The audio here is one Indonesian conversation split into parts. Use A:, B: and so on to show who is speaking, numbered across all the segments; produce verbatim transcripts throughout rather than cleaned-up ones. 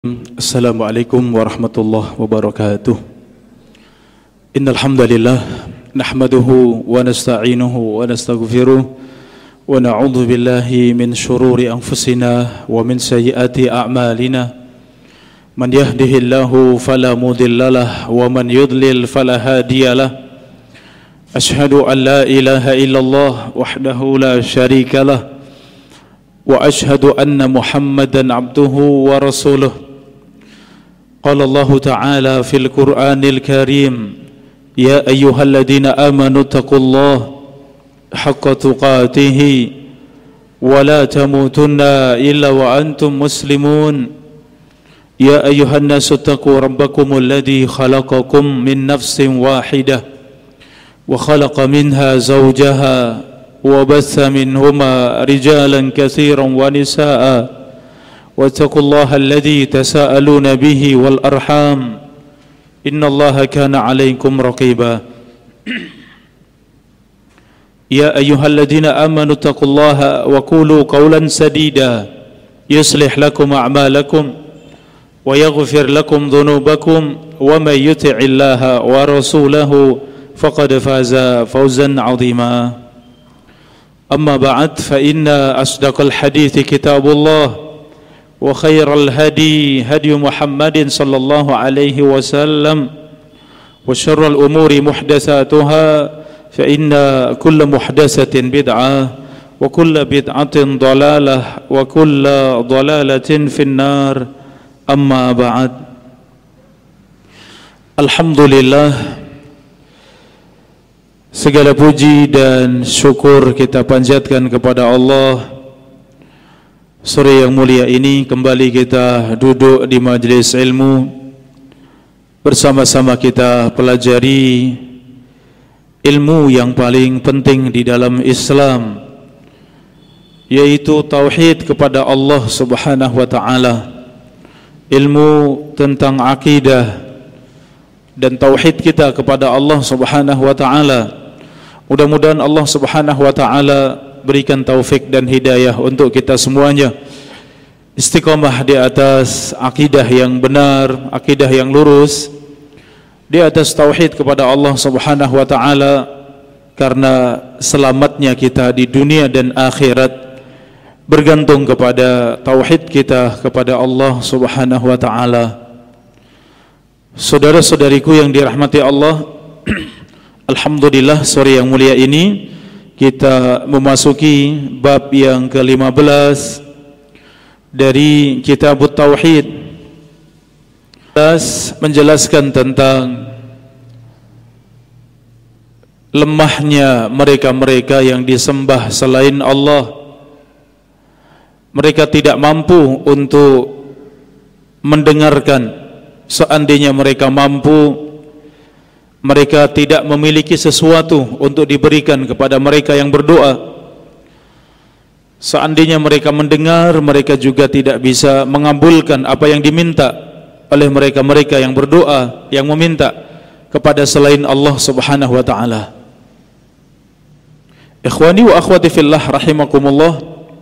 A: Assalamualaikum warahmatullahi wabarakatuh. Innal hamdalillah nahmaduhu wa nasta'inuhu wa nastaghfiruh wa na'udzu billahi min shururi anfusina wa min sayyiati a'malina. Man yahdihillahu fala mudhillalah wa man yudlil fala hadiyalah. Ashhadu an la ilaha illallah wahdahu la syarikalah wa ashhadu anna Muhammadan abduhu wa rasuluh. Qala Allah Ta'ala fil Qur'anil Karim, ya ayyuhalladzina amanu taqullaha haqqa tuqatih wa la tamutunna illa wa antum muslimun. Ya ayyuhan nasu taqu rabbakumul ladzi khalaqakum min nafsin wahidah wa khalaqa minha zawjaha wa batha minhuma rijalan katsiran wa nisaa'a. واتقوا الله الذي تساءلون به والأرحام إن الله كان عليكم رقيبا يا أيها الذين آمنوا اتقوا الله وقولوا قولا سديدا يصلح لكم أعمالكم ويغفر لكم ذنوبكم ومن يطع الله ورسوله فقد فاز فوزا عظيما أما بعد فإن أصدق الحديث كتاب الله وخير الهدي هدي محمد صلى الله عليه وسلم وشر الأمور محدثاتها فإن كل محدثة بدعة وكل بدعة ضلالة وكل ضلالة في النار أما بعد. Alhamdulillah, segala puji dan syukur kita panjatkan kepada Allah. Sore yang mulia ini kembali kita duduk di majelis ilmu, bersama-sama kita pelajari ilmu yang paling penting di dalam Islam, yaitu tauhid kepada Allah Subhanahu wa taala. Ilmu tentang akidah dan tauhid kita kepada Allah Subhanahu wa taala. Mudah-mudahan Allah Subhanahu wa taala berikan taufik dan hidayah untuk kita semuanya, istiqamah di atas akidah yang benar, akidah yang lurus, di atas tauhid kepada Allah Subhanahu wa taala, karena selamatnya kita di dunia dan akhirat bergantung kepada tauhid kita kepada Allah Subhanahu wa taala. Saudara-saudariku yang dirahmati Allah, alhamdulillah sore yang mulia ini kita memasuki bab yang ke lima belas dari kitab Tauhid, menjelaskan tentang lemahnya mereka-mereka yang disembah selain Allah. Mereka tidak mampu untuk mendengarkan. Seandainya mereka mampu, mereka tidak memiliki sesuatu untuk diberikan kepada mereka yang berdoa. Seandainya mereka mendengar, mereka juga tidak bisa mengabulkan apa yang diminta oleh mereka-mereka yang berdoa, yang meminta kepada selain Allah Subhanahu wa taala. Ikhwani wa akhwati fillah rahimakumullah.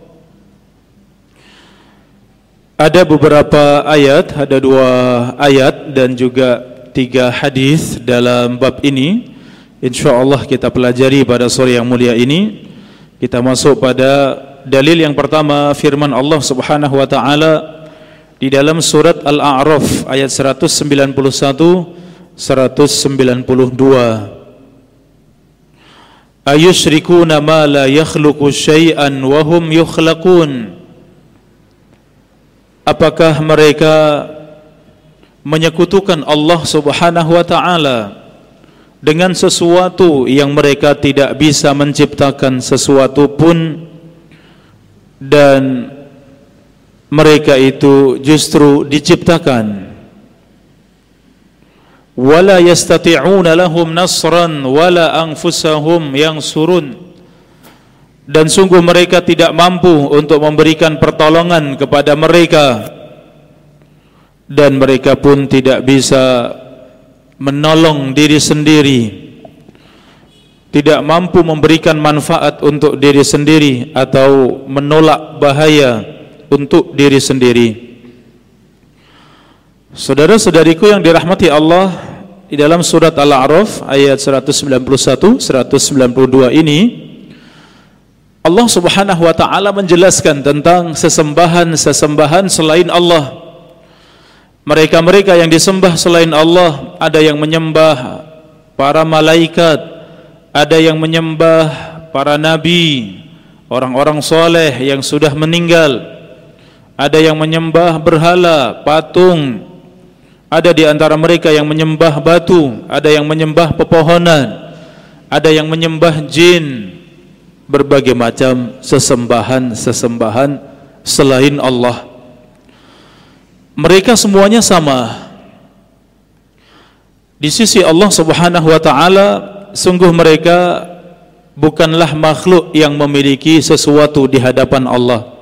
A: Ada beberapa ayat, ada dua ayat dan juga tiga hadis dalam bab ini. InsyaAllah kita pelajari pada sore yang mulia ini. Kita masuk pada dalil yang pertama, firman Allah Subhanahu wa taala di dalam surat Al-A'raf ayat seratus sembilan puluh satu seratus sembilan puluh dua. Ayusyrikuna ma la yakhluqu syai'an wa hum yukhlaqun. Apakah mereka menyekutukan Allah Subhanahu wa taala dengan sesuatu yang mereka tidak bisa menciptakan sesuatu pun, dan mereka itu justru diciptakan. Wala yastati'una lahum nasran wala anfusahum yansurun. Dan sungguh mereka tidak mampu untuk memberikan pertolongan kepada mereka, dan mereka pun tidak bisa menolong diri sendiri, tidak mampu memberikan manfaat untuk diri sendiri atau menolak bahaya untuk diri sendiri. Saudara-saudariku yang dirahmati Allah, di dalam surat Al-A'raf ayat seratus sembilan puluh satu seratus sembilan puluh dua ini Allah Subhanahu wa taala menjelaskan tentang sesembahan-sesembahan selain Allah. Mereka-mereka yang disembah selain Allah, ada yang menyembah para malaikat, ada yang menyembah para nabi, orang-orang soleh yang sudah meninggal, ada yang menyembah berhala, patung, ada di antara mereka yang menyembah batu, ada yang menyembah pepohonan, ada yang menyembah jin, berbagai macam sesembahan-sesembahan selain Allah. Mereka semuanya sama di sisi Allah Subhanahu wa taala. Sungguh mereka bukanlah makhluk yang memiliki sesuatu di hadapan Allah.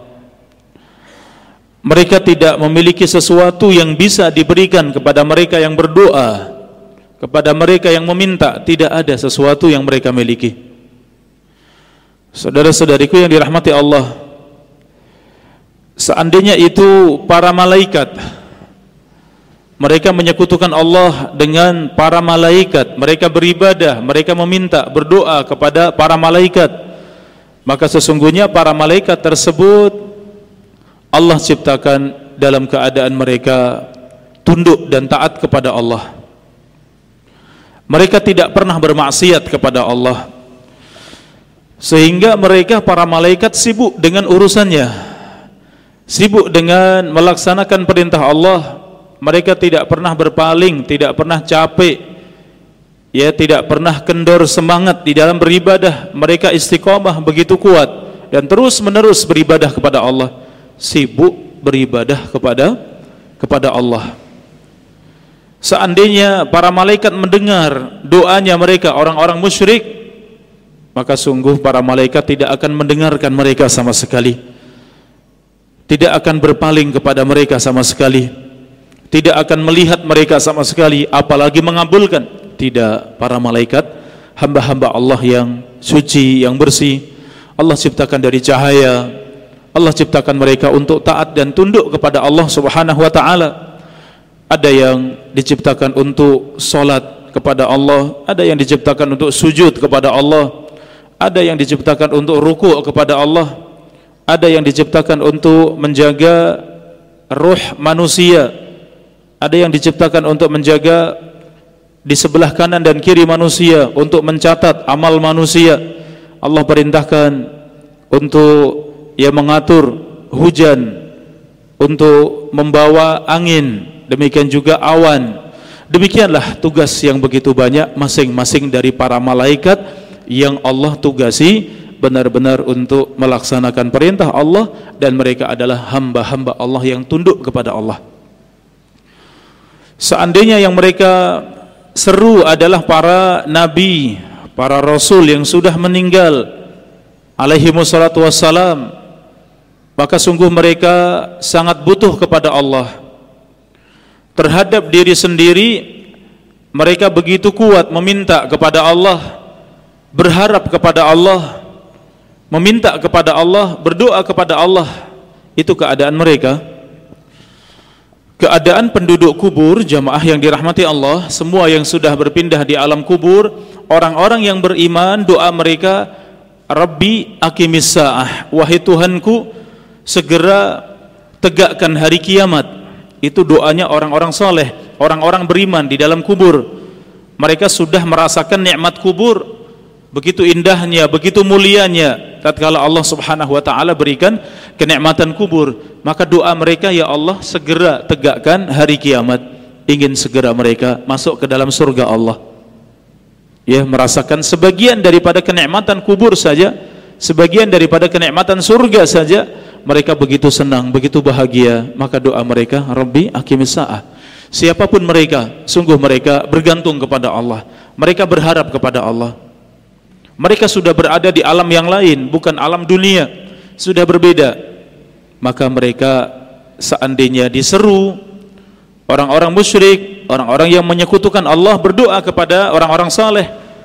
A: Mereka tidak memiliki sesuatu yang bisa diberikan kepada mereka yang berdoa, kepada mereka yang meminta. Tidak ada sesuatu yang mereka miliki. Saudara-saudariku yang dirahmati Allah, seandainya itu para malaikat, mereka menyekutukan Allah dengan para malaikat, mereka beribadah, mereka meminta, berdoa kepada para malaikat, maka sesungguhnya para malaikat tersebut Allah ciptakan dalam keadaan mereka tunduk dan taat kepada Allah. Mereka tidak pernah bermaksiat kepada Allah, sehingga mereka para malaikat sibuk dengan urusannya, sibuk dengan melaksanakan perintah Allah. Mereka tidak pernah berpaling, tidak pernah capek, ya, tidak pernah kendor semangat di dalam beribadah. Mereka istiqomah begitu kuat dan terus menerus beribadah kepada Allah, sibuk beribadah kepada kepada Allah. Seandainya para malaikat mendengar doanya mereka, orang-orang musyrik, maka sungguh para malaikat tidak akan mendengarkan mereka sama sekali, tidak akan berpaling kepada mereka sama sekali, tidak akan melihat mereka sama sekali, apalagi mengabulkan. Tidak, para malaikat hamba-hamba Allah yang suci, yang bersih. Allah ciptakan dari cahaya, Allah ciptakan mereka untuk taat dan tunduk kepada Allah Subhanahu wa taala. Ada yang diciptakan untuk salat kepada Allah, ada yang diciptakan untuk sujud kepada Allah, ada yang diciptakan untuk rukuk kepada Allah, ada yang diciptakan untuk menjaga ruh manusia, ada yang diciptakan untuk menjaga di sebelah kanan dan kiri manusia, untuk mencatat amal manusia. Allah perintahkan untuk ia mengatur hujan, untuk membawa angin, demikian juga awan. Demikianlah tugas yang begitu banyak masing-masing dari para malaikat yang Allah tugasi benar-benar untuk melaksanakan perintah Allah, dan mereka adalah hamba-hamba Allah yang tunduk kepada Allah. Seandainya yang mereka seru adalah para nabi, para rasul yang sudah meninggal alaihi wassalatu wassalam, maka sungguh mereka sangat butuh kepada Allah. Terhadap diri sendiri mereka begitu kuat meminta kepada Allah, berharap kepada Allah, meminta kepada Allah, berdoa kepada Allah. Itu keadaan mereka. Keadaan penduduk kubur, jamaah yang dirahmati Allah, semua yang sudah berpindah di alam kubur, orang-orang yang beriman, doa mereka, Rabbi aqimis sa'ah, wahai Tuhanku, segera tegakkan hari kiamat. Itu doanya orang-orang soleh, orang-orang beriman di dalam kubur. Mereka sudah merasakan nikmat kubur, begitu indahnya, begitu mulianya tatkala Allah Subhanahu wa taala berikan kenikmatan kubur. Maka doa mereka, ya Allah, segera tegakkan hari kiamat. Ingin segera mereka masuk ke dalam surga Allah, ya, merasakan sebagian daripada kenikmatan kubur saja, sebagian daripada kenikmatan surga saja. Mereka begitu senang, begitu bahagia. Maka doa mereka, Rabbi aqimis sa'ah. Siapapun mereka, sungguh mereka bergantung kepada Allah, mereka berharap kepada Allah. Mereka sudah berada di alam yang lain, bukan alam dunia, sudah berbeda. Maka mereka seandainya diseru orang-orang musyrik, orang-orang yang menyekutukan Allah, berdoa kepada orang-orang saleh,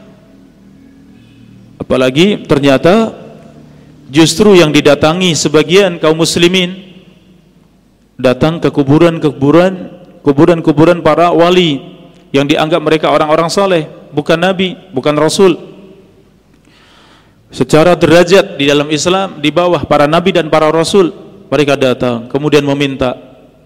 A: apalagi ternyata justru yang didatangi sebagian kaum muslimin, datang ke kuburan-kuburan kuburan-kuburan para wali yang dianggap mereka orang-orang saleh, bukan nabi, bukan rasul. Secara derajat di dalam Islam di bawah para nabi dan para rasul, mereka datang kemudian meminta.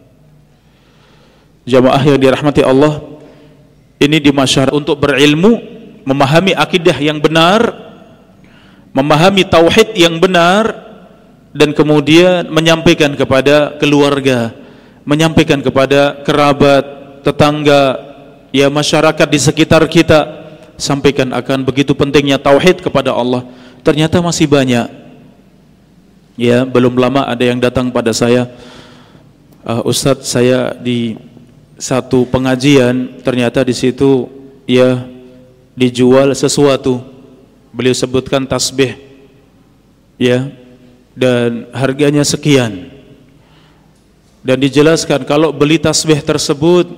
A: Jamaah yang dirahmati Allah, ini di masyarakat untuk berilmu, memahami akidah yang benar, memahami tauhid yang benar, dan kemudian menyampaikan kepada keluarga, menyampaikan kepada kerabat, tetangga, ya masyarakat di sekitar kita, sampaikan akan begitu pentingnya tauhid kepada Allah. Ternyata masih banyak. Ya, belum lama ada yang datang pada saya, uh, Ustadz, saya di satu pengajian, ternyata di situ ya dijual sesuatu. Beliau sebutkan tasbih, ya, dan harganya sekian. Dan dijelaskan kalau beli tasbih tersebut,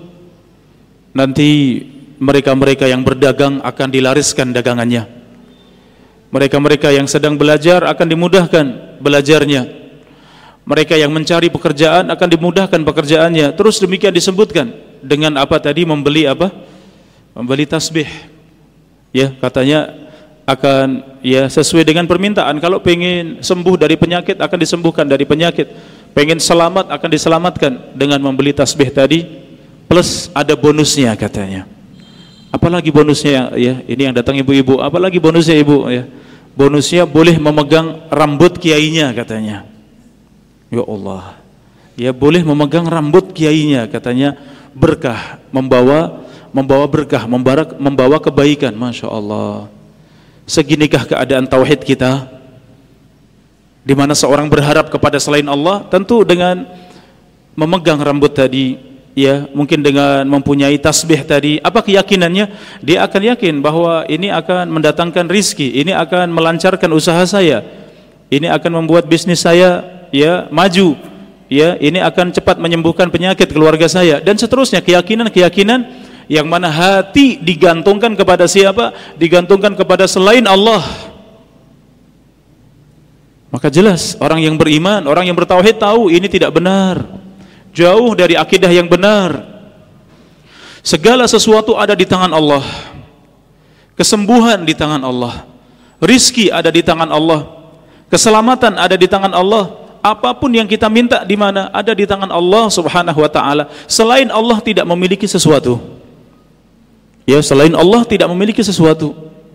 A: nanti mereka-mereka yang berdagang akan dilariskan dagangannya. Mereka-mereka yang sedang belajar akan dimudahkan belajarnya. Mereka yang mencari pekerjaan akan dimudahkan pekerjaannya. Terus demikian disebutkan dengan apa tadi, membeli apa? Membeli tasbih. Ya, katanya akan ya sesuai dengan permintaan. Kalau pengen sembuh dari penyakit akan disembuhkan dari penyakit. Pengen selamat akan diselamatkan dengan membeli tasbih tadi. Plus ada bonusnya katanya. Apalagi bonusnya ya? Ini yang datang ibu-ibu. Apalagi bonusnya ibu ya? Bonusnya boleh memegang rambut kiainya katanya. Ya Allah, ya boleh memegang rambut kiainya katanya, berkah, membawa membawa berkah, membawa, membawa kebaikan. Masya Allah. Seginikah keadaan tauhid kita, di mana seorang berharap kepada selain Allah, tentu dengan memegang rambut tadi, ya mungkin dengan mempunyai tasbih tadi, apa keyakinannya? Dia akan yakin bahwa ini akan mendatangkan rizki, ini akan melancarkan usaha saya, ini akan membuat bisnis saya ya maju, ya ini akan cepat menyembuhkan penyakit keluarga saya, dan seterusnya. Keyakinan-keyakinan yang mana hati digantungkan kepada siapa? Digantungkan kepada selain Allah. Maka jelas orang yang beriman, orang yang bertauhid tahu ini tidak benar, jauh dari akidah yang benar. Segala sesuatu ada di tangan Allah, kesembuhan di tangan Allah, rizki ada di tangan Allah, keselamatan ada di tangan Allah. Apapun yang kita minta di mana, ada di tangan Allah Subhanahu wa taala. Selain Allah tidak memiliki sesuatu. Ya, selain Allah tidak memiliki sesuatu.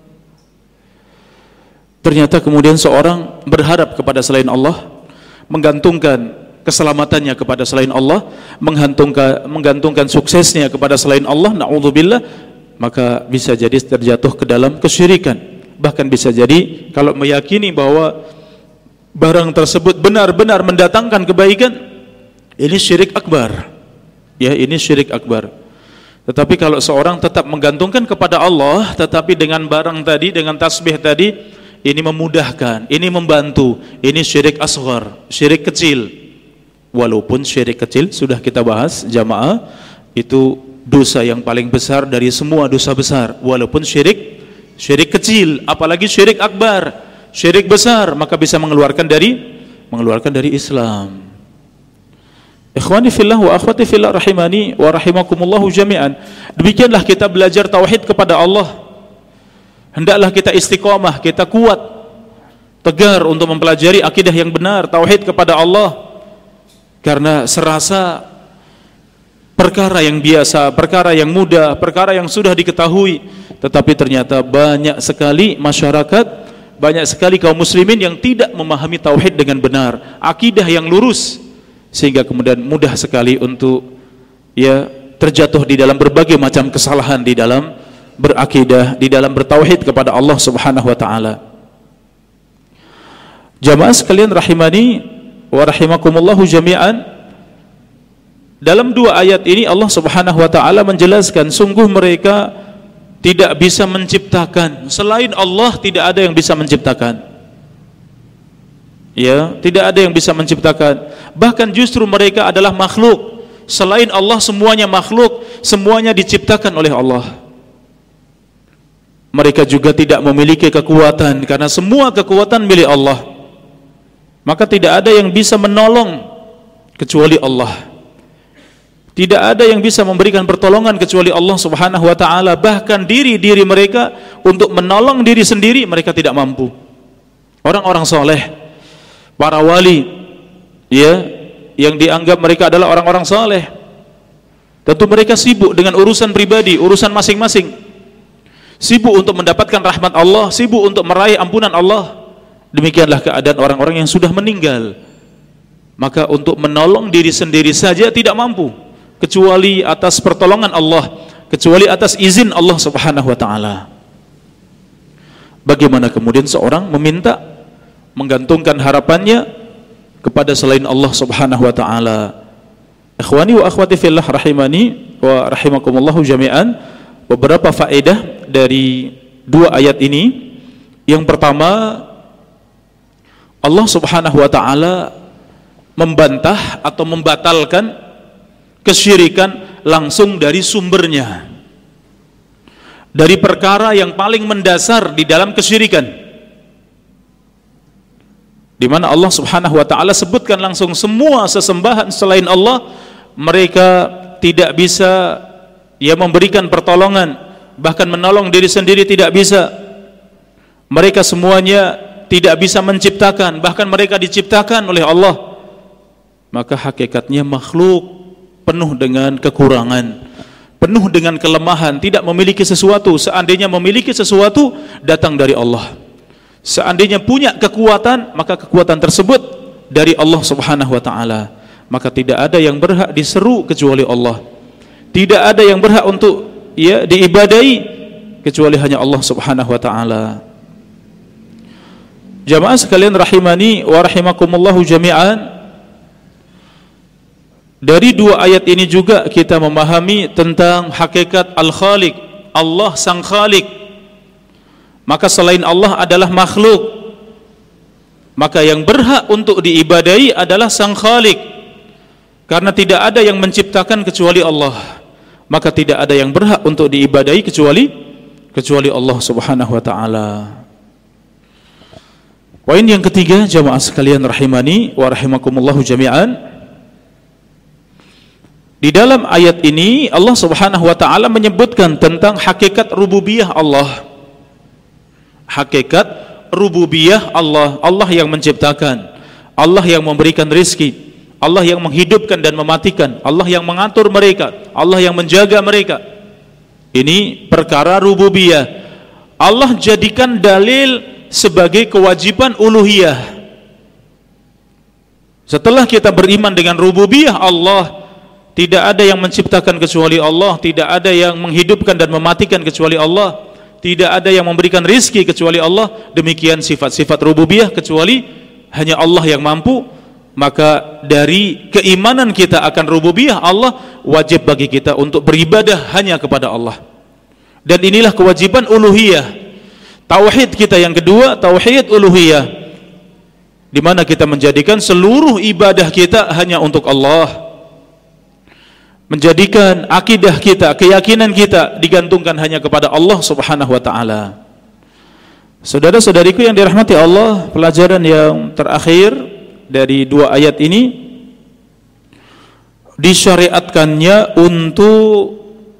A: Ternyata kemudian seorang berharap kepada selain Allah, menggantungkan keselamatannya kepada selain Allah, menggantungkan menggantungkan suksesnya kepada selain Allah, na'udzubillah, maka bisa jadi terjatuh ke dalam kesyirikan. Bahkan bisa jadi kalau meyakini bahwa barang tersebut benar-benar mendatangkan kebaikan, ini syirik akbar. Ya, ini syirik akbar. Tetapi kalau seorang tetap menggantungkan kepada Allah, tetapi dengan barang tadi, dengan tasbih tadi, ini memudahkan, ini membantu, ini syirik asghar, syirik kecil. Walaupun syirik kecil sudah kita bahas jamaah, itu dosa yang paling besar dari semua dosa besar. Walaupun syirik syirik kecil, apalagi syirik akbar, syirik besar, maka bisa mengeluarkan dari mengeluarkan dari Islam. Ikhwani fillah wa akhwati fillah rahimani wa rahimakumullahu jami'an. Demikianlah kita belajar tauhid kepada Allah. Hendaklah kita istiqamah, kita kuat, tegar untuk mempelajari akidah yang benar, tauhid kepada Allah. Karena serasa perkara yang biasa, perkara yang mudah, perkara yang sudah diketahui, tetapi ternyata banyak sekali masyarakat, banyak sekali kaum muslimin yang tidak memahami tauhid dengan benar, akidah yang lurus, sehingga kemudian mudah sekali untuk ya terjatuh di dalam berbagai macam kesalahan di dalam berakidah, di dalam bertauhid kepada Allah Subhanahu wa taala. Jamaah sekalian rahimani wa rahimakumullahu jami'an, dalam dua ayat ini Allah Subhanahu wa taala menjelaskan sungguh mereka tidak bisa menciptakan, selain Allah tidak ada yang bisa menciptakan. Ya, tidak ada yang bisa menciptakan. Bahkan justru mereka adalah makhluk. Selain Allah semuanya makhluk, semuanya diciptakan oleh Allah. Mereka juga tidak memiliki kekuatan karena semua kekuatan milik Allah. Maka tidak ada yang bisa menolong kecuali Allah. Tidak ada yang bisa memberikan pertolongan kecuali Allah Subhanahu wa taala. Bahkan diri-diri mereka untuk menolong diri sendiri mereka tidak mampu. Orang-orang soleh, para wali, ya, yang dianggap mereka adalah orang-orang soleh, tentu mereka sibuk dengan urusan pribadi, urusan masing-masing. Sibuk untuk mendapatkan rahmat Allah, sibuk untuk meraih ampunan Allah. Demikianlah keadaan orang-orang yang sudah meninggal. Maka untuk menolong diri sendiri saja tidak mampu, kecuali atas pertolongan Allah, kecuali atas izin Allah Subhanahu wa taala. Bagaimana kemudian seorang meminta, menggantungkan harapannya kepada selain Allah Subhanahu wa taala? Ikhwani wa akhwati fillah rahimani wa rahimakumullah jami'an, beberapa faedah dari dua ayat ini. Yang pertama, Allah Subhanahu wa taala membantah atau membatalkan kesyirikan langsung dari sumbernya, dari perkara yang paling mendasar di dalam kesyirikan, di mana Allah Subhanahu wa taala sebutkan langsung semua sesembahan selain Allah mereka tidak bisa ya memberikan pertolongan, bahkan menolong diri sendiri tidak bisa. Mereka semuanya tidak bisa menciptakan, bahkan mereka diciptakan oleh Allah. Maka hakikatnya makhluk penuh dengan kekurangan, penuh dengan kelemahan, tidak memiliki sesuatu. Seandainya memiliki sesuatu, datang dari Allah. Seandainya punya kekuatan, maka kekuatan tersebut dari Allah Subhanahu wa taala. Maka tidak ada yang berhak diseru kecuali Allah. Tidak ada yang berhak untuk ya diibadahi kecuali hanya Allah Subhanahu wa taala. Jamaah sekalian rahimani wa rahimakumullahu jami'an, dari dua ayat ini juga kita memahami tentang hakikat Al-Khaliq, Allah Sang Khaliq. Maka selain Allah adalah makhluk, maka yang berhak untuk diibadahi adalah Sang Khaliq. Karena tidak ada yang menciptakan kecuali Allah, maka tidak ada yang berhak untuk diibadahi kecuali kecuali Allah Subhanahu wa taala. Poin yang ketiga, jamaah sekalian rahimani wa rahimakumullahu jami'an, di dalam ayat ini Allah Subhanahu wa taala menyebutkan tentang hakikat rububiyah Allah. Hakikat rububiyah Allah, Allah yang menciptakan, Allah yang memberikan rizki, Allah yang menghidupkan dan mematikan, Allah yang mengatur mereka, Allah yang menjaga mereka. Ini perkara rububiyah. Allah jadikan dalil sebagai kewajiban uluhiyah. Setelah kita beriman dengan rububiyah Allah, tidak ada yang menciptakan kecuali Allah, tidak ada yang menghidupkan dan mematikan kecuali Allah, tidak ada yang memberikan rizki kecuali Allah. Demikian sifat-sifat rububiyah kecuali hanya Allah yang mampu. Maka dari keimanan kita akan rububiyah Allah, wajib bagi kita untuk beribadah hanya kepada Allah. Dan inilah kewajiban uluhiyah. Tauhid kita yang kedua, tauhid uluhiyah, di mana kita menjadikan seluruh ibadah kita hanya untuk Allah. Menjadikan akidah kita, keyakinan kita digantungkan hanya kepada Allah Subhanahu wa taala. Saudara-saudariku yang dirahmati Allah, pelajaran yang terakhir dari dua ayat ini, disyariatkannya untuk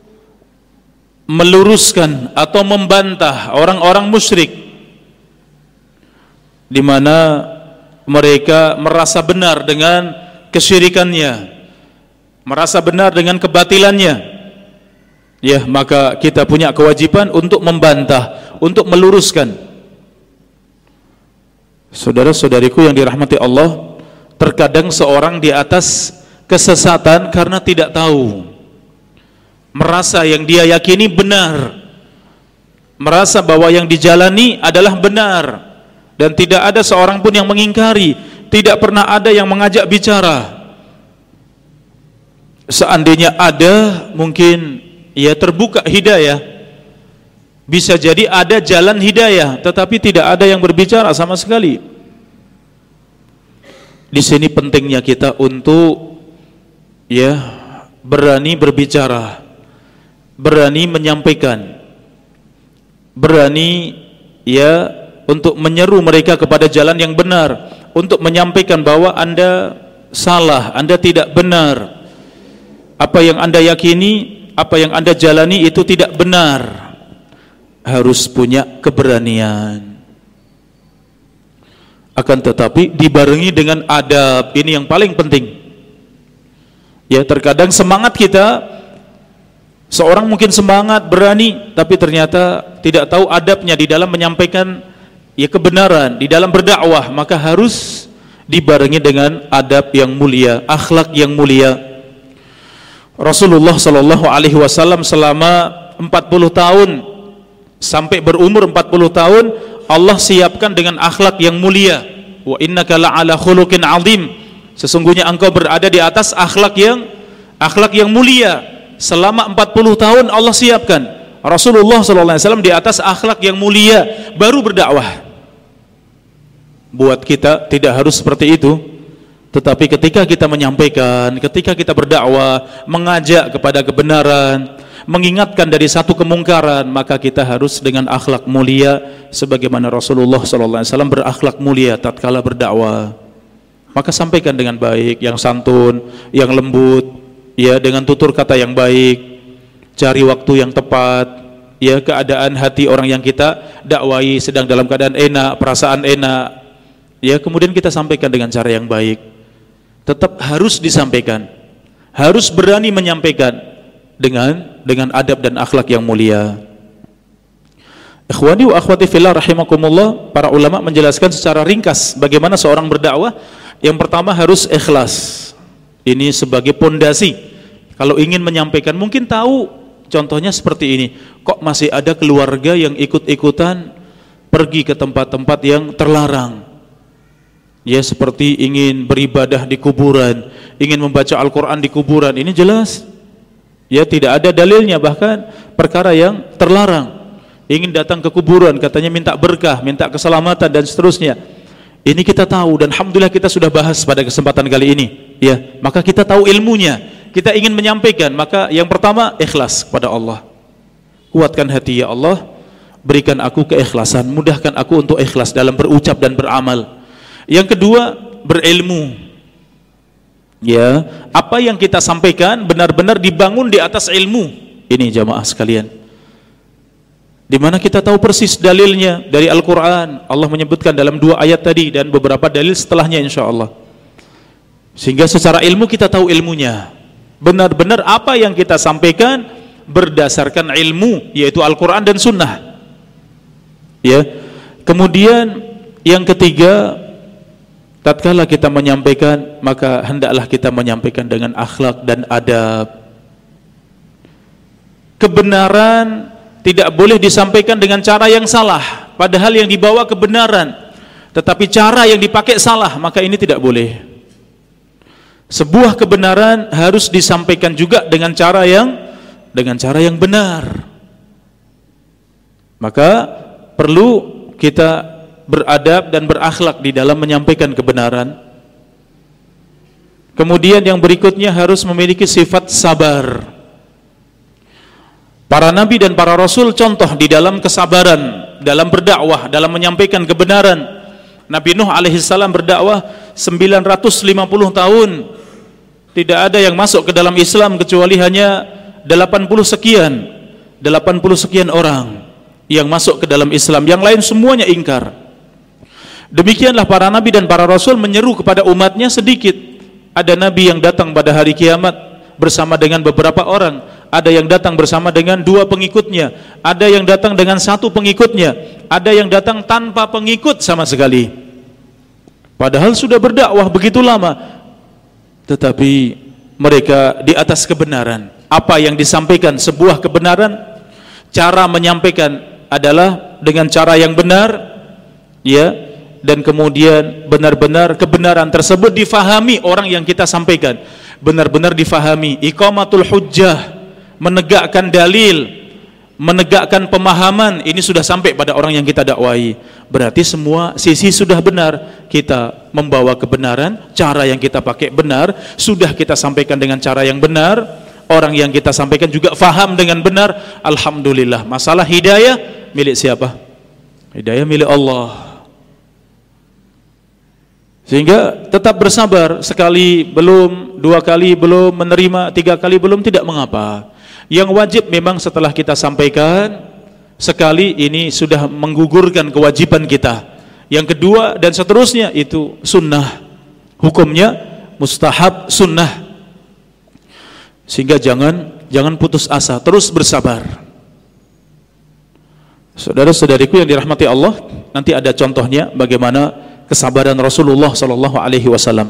A: meluruskan atau membantah orang-orang musyrik, di mana mereka merasa benar dengan kesyirikannya, merasa benar dengan kebatilannya. Ya, maka kita punya kewajiban untuk membantah, untuk meluruskan. Saudara-saudariku yang dirahmati Allah, terkadang seorang di atas kesesatan karena tidak tahu, merasa yang dia yakini benar, merasa bahwa yang dijalani adalah benar, dan tidak ada seorang pun yang mengingkari, tidak pernah ada yang mengajak bicara. Seandainya ada, mungkin ya terbuka hidayah, bisa jadi ada jalan hidayah, tetapi tidak ada yang berbicara sama sekali. Di sini pentingnya kita untuk ya berani berbicara, berani menyampaikan, berani ya untuk menyeru mereka kepada jalan yang benar, untuk menyampaikan bahwa Anda salah, Anda tidak benar. apa yang Anda yakini, apa yang Anda jalani itu tidak benar. Harus punya keberanian. Akan tetapi dibarengi dengan adab. Ini yang paling penting. Ya, terkadang semangat kita, seorang mungkin semangat, berani, tapi ternyata tidak tahu adabnya di dalam menyampaikan ya kebenaran, di dalam berdakwah. Maka harus dibarengi dengan adab yang mulia, akhlak yang mulia. Rasulullah Shallallahu Alaihi Wasallam selama empat puluh tahun sampai berumur empat puluh tahun, Allah siapkan dengan akhlak yang mulia. Wa innaka la'ala khuluqin 'azim. Sesungguhnya engkau berada di atas akhlak yang akhlak yang mulia. Selama empat puluh tahun Allah siapkan Rasulullah sallallahu alaihi wasallam di atas akhlak yang mulia baru berdakwah. Buat kita tidak harus seperti itu. Tetapi ketika kita menyampaikan, ketika kita berdakwah, mengajak kepada kebenaran, mengingatkan dari satu kemungkaran, maka kita harus dengan akhlak mulia sebagaimana Rasulullah sallallahu alaihi wasallam berakhlak mulia tatkala berdakwah. Maka sampaikan dengan baik, yang santun, yang lembut, ya, dengan tutur kata yang baik, cari waktu yang tepat, ya, keadaan hati orang yang kita dakwai sedang dalam keadaan enak, perasaan enak, ya, kemudian kita sampaikan dengan cara yang baik. Tetap harus disampaikan, harus berani menyampaikan dengan dengan adab dan akhlak yang mulia. Ikhwani wa akhwati fillah rahimakumullah, para ulama menjelaskan secara ringkas bagaimana seorang berdakwah. Yang pertama harus ikhlas. Ini sebagai pondasi. Kalau ingin menyampaikan, mungkin tahu contohnya seperti ini. Kok masih ada keluarga yang ikut-ikutan pergi ke tempat-tempat yang terlarang? Ya, seperti ingin beribadah di kuburan, ingin membaca Al-Quran di kuburan. Ini jelas, ya, tidak ada dalilnya, bahkan perkara yang terlarang. Ingin datang ke kuburan, katanya minta berkah, minta keselamatan dan seterusnya. Ini kita tahu dan alhamdulillah kita sudah bahas pada kesempatan kali ini. Ya, maka kita tahu ilmunya. Kita ingin menyampaikan, maka yang pertama ikhlas kepada Allah. Kuatkan hati ya Allah, berikan aku keikhlasan, mudahkan aku untuk ikhlas dalam berucap dan beramal. Yang kedua, berilmu. Ya, apa yang kita sampaikan benar-benar dibangun di atas ilmu. Ini jamaah sekalian, di mana kita tahu persis dalilnya dari Al-Quran. Allah menyebutkan dalam dua ayat tadi dan beberapa dalil setelahnya insyaallah. Sehingga secara ilmu kita tahu ilmunya. Benar-benar apa yang kita sampaikan berdasarkan ilmu, yaitu Al-Quran dan Sunnah. Ya. Kemudian yang ketiga, tatkala kita menyampaikan, maka hendaklah kita menyampaikan dengan akhlak dan adab. Kebenaran tidak boleh disampaikan dengan cara yang salah, padahal yang dibawa kebenaran, tetapi cara yang dipakai salah, maka ini tidak boleh. Sebuah kebenaran harus disampaikan juga dengan cara yang dengan cara yang benar. Maka perlu kita beradab dan berakhlak di dalam menyampaikan kebenaran. Kemudian yang berikutnya harus memiliki sifat sabar. Para nabi dan para rasul contoh di dalam kesabaran, dalam berdakwah, dalam menyampaikan kebenaran. Nabi Nuh alaihissalam berdakwah sembilan ratus lima puluh tahun. Tidak ada yang masuk ke dalam Islam kecuali hanya delapan puluh sekian, delapan puluh sekian orang yang masuk ke dalam Islam. Yang lain semuanya ingkar. Demikianlah para nabi dan para rasul menyeru kepada umatnya sedikit. Ada nabi yang datang pada hari kiamat bersama dengan beberapa orang, ada yang datang bersama dengan dua pengikutnya, ada yang datang dengan satu pengikutnya, ada yang datang tanpa pengikut sama sekali. Padahal sudah berdakwah begitu lama, tetapi mereka di atas kebenaran. Apa yang disampaikan sebuah kebenaran, cara menyampaikan adalah dengan cara yang benar, ya. Dan kemudian benar-benar kebenaran tersebut difahami orang yang kita sampaikan, benar-benar difahami. Iqamatul hujjah, menegakkan dalil, menegakkan pemahaman, ini sudah sampai pada orang yang kita dakwai. Berarti semua sisi sudah benar. Kita membawa kebenaran, cara yang kita pakai benar, sudah kita sampaikan dengan cara yang benar, orang yang kita sampaikan juga faham dengan benar. Alhamdulillah. Masalah hidayah milik siapa? Hidayah milik Allah. Sehingga tetap bersabar, sekali belum, dua kali belum menerima, tiga kali belum, tidak mengapa. Yang wajib memang setelah kita sampaikan sekali, ini sudah menggugurkan kewajiban kita. Yang kedua dan seterusnya itu sunnah, hukumnya mustahab sunnah. Sehingga jangan jangan putus asa, terus bersabar. Saudara-saudariku yang dirahmati Allah, nanti ada contohnya bagaimana kesabaran Rasulullah sallallahu alaihi wasallam.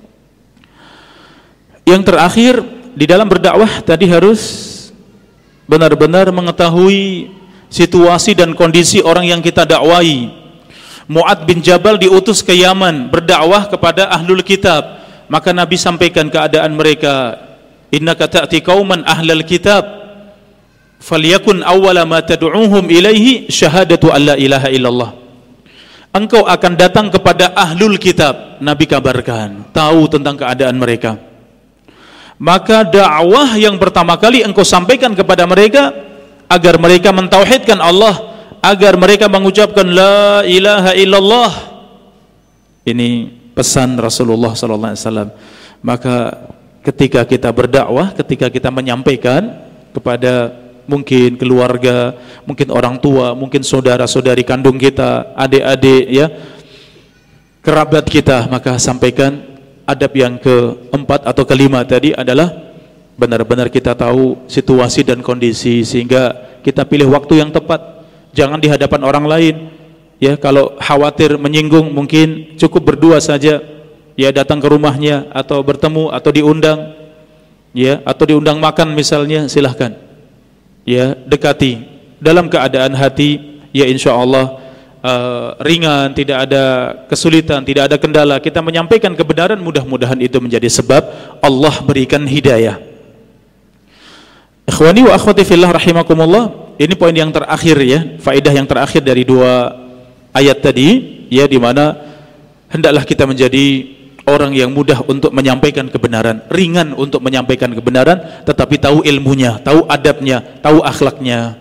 A: Yang terakhir, di dalam berdakwah tadi harus benar-benar mengetahui situasi dan kondisi orang yang kita dakwai. Mu'ad bin Jabal diutus ke Yaman berdakwah kepada ahlul kitab, maka Nabi sampaikan keadaan mereka, innaka ta'ti qauman ahlal kitab falyakun awwala ma tad'uuhum ilaihi syahadatu alla ilaha illallah. Engkau akan datang kepada ahlul kitab, Nabi kabarkan, tahu tentang keadaan mereka. Maka dakwah yang pertama kali engkau sampaikan kepada mereka agar mereka mentauhidkan Allah, agar mereka mengucapkan la ilaha illallah. Ini pesan Rasulullah sallallahu alaihi wasallam. Maka ketika kita berdakwah, ketika kita menyampaikan kepada mungkin keluarga, mungkin orang tua, mungkin saudara-saudari kandung kita, adik-adik ya, kerabat kita, maka sampaikan adab yang keempat atau kelima tadi adalah benar-benar kita tahu situasi dan kondisi, sehingga kita pilih waktu yang tepat. Jangan di hadapan orang lain ya, kalau khawatir menyinggung mungkin cukup berdua saja ya, datang ke rumahnya atau bertemu atau diundang ya, atau diundang makan misalnya, silahkan ya, dekati dalam keadaan hati ya, insya Allah uh, ringan, tidak ada kesulitan, tidak ada kendala. Kita menyampaikan kebenaran, mudah-mudahan itu menjadi sebab Allah berikan hidayah. Ikhwani wa akhwati fillah rahimakumullah, ini poin yang terakhir ya, faedah yang terakhir dari dua ayat tadi ya, di mana hendaklah kita menjadi orang yang mudah untuk menyampaikan kebenaran, ringan untuk menyampaikan kebenaran, tetapi tahu ilmunya, tahu adabnya, tahu akhlaknya.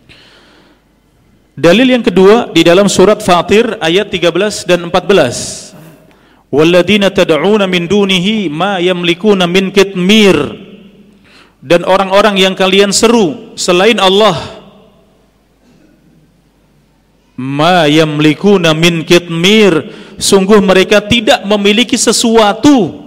A: Dalil yang kedua di dalam surat Fatir ayat tiga belas dan empat belas. Walladzina tad'una min dunihi ma yamlikuna min kitmir. Dan orang-orang yang kalian seru selain Allah, ma yamlikuna min kitmir, sungguh mereka tidak memiliki sesuatu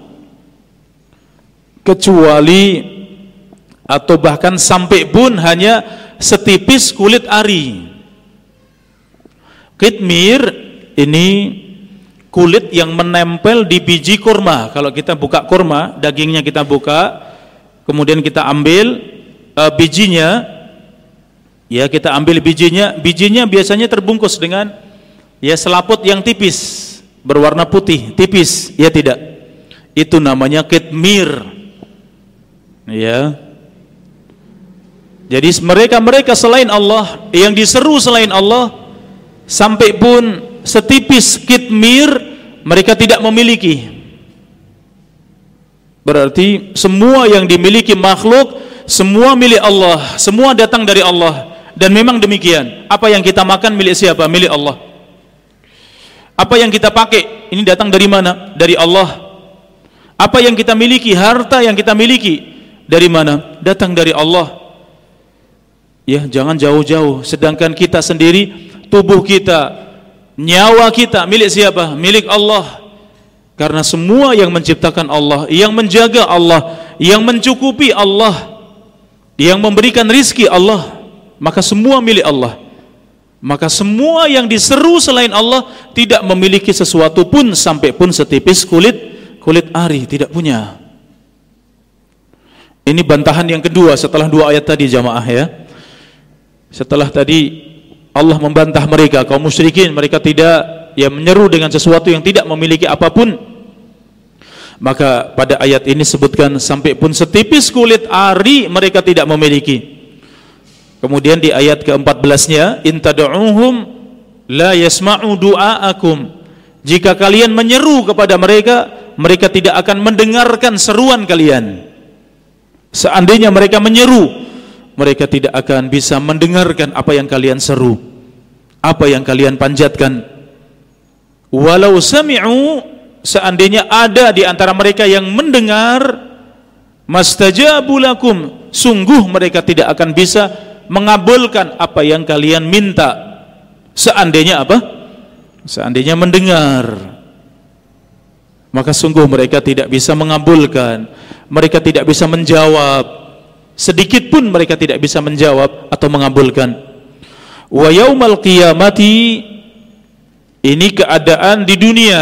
A: kecuali atau bahkan sampai pun hanya setipis kulit ari. Kitmir ini kulit yang menempel di biji kurma. Kalau kita buka kurma, dagingnya kita buka, kemudian kita ambil uh, bijinya, ya kita ambil bijinya, bijinya biasanya terbungkus dengan ya selaput yang tipis, berwarna putih, tipis, ya tidak. Itu namanya kitmir. Ya. Jadi mereka-mereka selain Allah, yang diseru selain Allah, sampai pun setipis kitmir mereka tidak memiliki. Berarti semua yang dimiliki makhluk, semua milik Allah, semua datang dari Allah. Dan memang demikian. Apa yang kita makan milik siapa? Milik Allah. Apa yang kita pakai, ini datang dari mana? Dari Allah. Apa yang kita miliki, harta yang kita miliki, dari mana? Datang dari Allah. Ya, jangan jauh-jauh. Sedangkan kita sendiri, tubuh kita, nyawa kita, milik siapa? Milik Allah. Karena semua yang menciptakan Allah, yang menjaga Allah, yang mencukupi Allah, yang memberikan rizki Allah, maka semua milik Allah. Maka semua yang diseru selain Allah tidak memiliki sesuatu pun, sampai pun setipis kulit kulit ari, tidak punya. Ini bantahan yang kedua setelah dua ayat tadi jamaah ya. Setelah tadi Allah membantah mereka, kaum musyrikin, mereka tidak ya menyeru dengan sesuatu yang tidak memiliki apapun. Maka pada ayat ini sebutkan sampai pun setipis kulit ari mereka tidak memiliki. Kemudian di ayat keempat belas-nya, in tad'uuhum la yasma'u du'aakum. Jika kalian menyeru kepada mereka, mereka tidak akan mendengarkan seruan kalian. Seandainya mereka menyeru, mereka tidak akan bisa mendengarkan apa yang kalian seru, apa yang kalian panjatkan. Walau sami'u, seandainya ada di antara mereka yang mendengar, mastajabu lakum, sungguh mereka tidak akan bisa mengabulkan apa yang kalian minta. Seandainya apa? Seandainya mendengar, maka sungguh mereka tidak bisa mengabulkan, mereka tidak bisa menjawab. Sedikit pun mereka tidak bisa menjawab atau mengabulkan. Wa yaumal qiyamati, ini keadaan di dunia.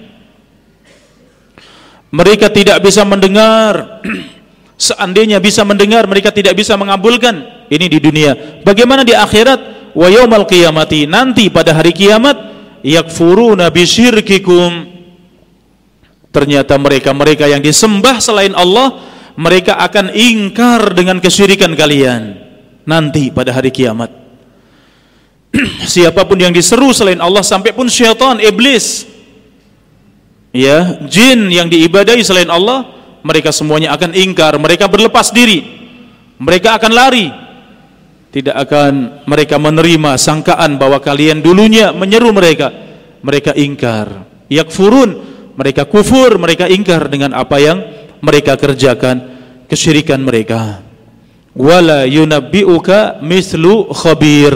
A: Mereka tidak bisa mendengar. Seandainya bisa mendengar, mereka tidak bisa mengabulkan. Ini di dunia. Bagaimana di akhirat? Wa yaumal qiyamati, nanti pada hari kiamat, yakfuruna bisyirkikum. Ternyata mereka-mereka yang disembah selain Allah, mereka akan ingkar dengan kesyirikan kalian nanti pada hari kiamat. Siapapun yang diseru selain Allah, sampai pun syaitan, iblis, ya, jin yang diibadahi selain Allah, mereka semuanya akan ingkar, mereka berlepas diri, mereka akan lari, tidak akan mereka menerima sangkaan bahwa kalian dulunya menyeru mereka. Mereka ingkar, yakfurun, mereka kufur, mereka ingkar dengan apa yang mereka kerjakan, kesyirikan mereka. Wala yunabbi'uka mislu khabir,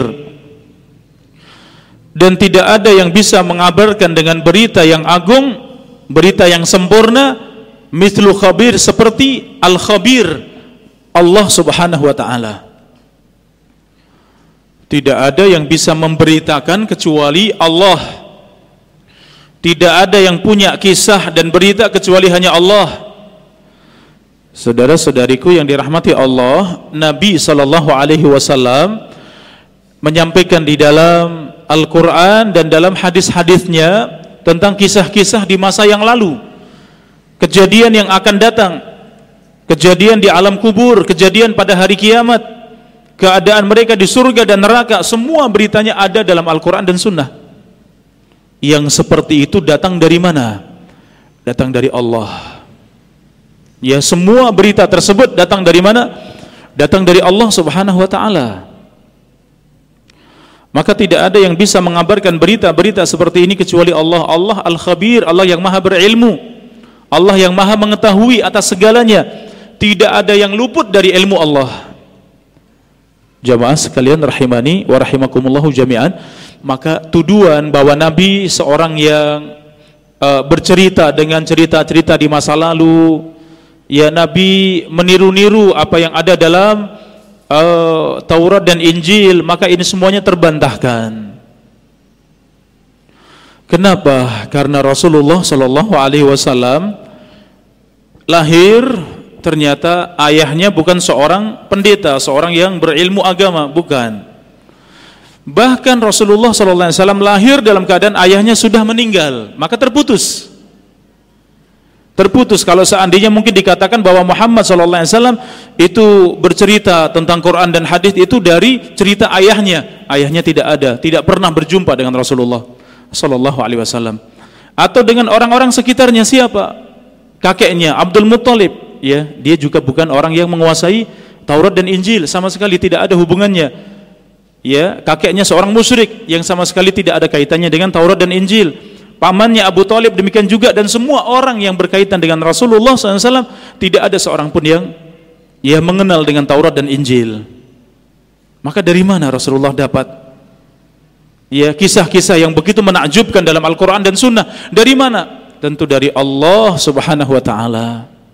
A: dan tidak ada yang bisa mengabarkan dengan berita yang agung, berita yang sempurna, mislu khabir, seperti al-khabir, Allah subhanahu wa ta'ala. Tidak ada yang bisa memberitakan kecuali Allah. Tidak ada yang punya kisah dan berita kecuali hanya Allah. Saudara-saudariku yang dirahmati Allah, Nabi sallallahu alaihi wasallam menyampaikan di dalam Al-Quran dan dalam hadis-hadisnya tentang kisah-kisah di masa yang lalu, kejadian yang akan datang, kejadian di alam kubur, kejadian pada hari kiamat, keadaan mereka di surga dan neraka. Semua beritanya ada dalam Al-Quran dan Sunnah. Yang seperti itu datang dari mana? Datang dari Allah. Ya, semua berita tersebut datang dari mana? Datang dari Allah subhanahu wa ta'ala. Maka tidak ada yang bisa mengabarkan berita-berita seperti ini kecuali Allah. Allah Al-Khabir, Allah yang maha berilmu, Allah yang maha mengetahui atas segalanya. Tidak ada yang luput dari ilmu Allah. Jamaah sekalian rahimani wa rahimakumullahu jami'an. Maka tuduhan bahwa Nabi seorang yang uh, bercerita dengan cerita-cerita di masa lalu, ya, Nabi meniru-niru apa yang ada dalam uh, Taurat dan Injil, maka ini semuanya terbantahkan. Kenapa? Karena Rasulullah Shallallahu Alaihi Wasallam lahir, ternyata ayahnya bukan seorang pendeta, seorang yang berilmu agama, bukan. Bahkan Rasulullah Shallallahu Alaihi Wasallam lahir dalam keadaan ayahnya sudah meninggal, maka terputus. Terputus kalau seandainya mungkin dikatakan bahwa Muhammad Shallallahu Alaihi Wasallam itu bercerita tentang Quran dan hadis itu dari cerita ayahnya. Ayahnya tidak ada, tidak pernah berjumpa dengan Rasulullah Shallallahu Alaihi Wasallam. Atau dengan orang-orang sekitarnya, siapa? Kakeknya Abdul Muttalib, ya, dia juga bukan orang yang menguasai Taurat dan Injil, sama sekali tidak ada hubungannya. Ya, kakeknya seorang musyrik yang sama sekali tidak ada kaitannya dengan Taurat dan Injil. Pamannya Abu Thalib demikian juga, dan semua orang yang berkaitan dengan Rasulullah shallallahu alaihi wasallam tidak ada seorang pun yang ya mengenal dengan Taurat dan Injil. Maka dari mana Rasulullah dapat ya kisah-kisah yang begitu menakjubkan dalam Al-Quran dan Sunnah? Dari mana? Tentu dari Allah subhanahu wa ta'ala.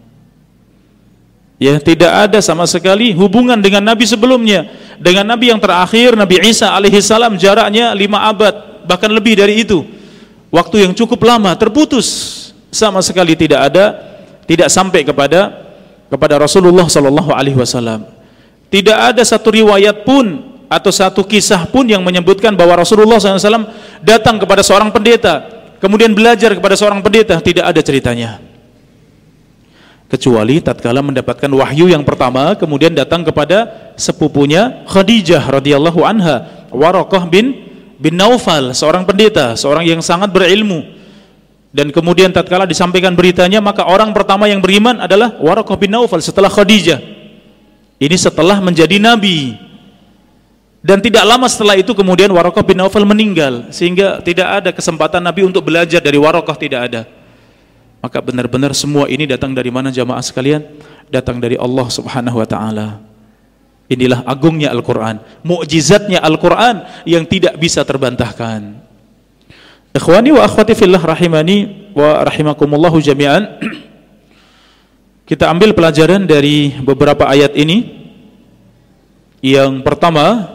A: Ya, tidak ada sama sekali hubungan dengan Nabi sebelumnya. Dengan Nabi yang terakhir, Nabi Isa alaihissalam, jaraknya lima abad, bahkan lebih dari itu. Waktu yang cukup lama, terputus. Sama sekali tidak ada, tidak sampai kepada kepada Rasulullah sallallahu alaihi wasallam. Tidak ada satu riwayat pun atau satu kisah pun yang menyebutkan bahwa Rasulullah sallallahu alaihi wasallam datang kepada seorang pendeta, kemudian belajar kepada seorang pendeta. Tidak ada ceritanya. Kecuali tatkala mendapatkan wahyu yang pertama, kemudian datang kepada sepupunya Khadijah radhiyallahu anha, Waraqah bin bin Naufal, seorang pendeta, seorang yang sangat berilmu. Dan kemudian tatkala disampaikan beritanya, maka orang pertama yang beriman adalah Waraqah bin Naufal setelah Khadijah. Ini setelah menjadi nabi. Dan tidak lama setelah itu kemudian Waraqah bin Naufal meninggal, sehingga tidak ada kesempatan Nabi untuk belajar dari Waraqah, tidak ada. Maka benar-benar semua ini datang dari mana jamaah sekalian? Datang dari Allah Subhanahu wa taala. Inilah agungnya Al-Qur'an, mukjizatnya Al-Qur'an yang tidak bisa terbantahkan. Ikhwani wa akhwati fillah rahimani wa rahimakumullahu jami'an. Kita ambil pelajaran dari beberapa ayat ini. Yang pertama,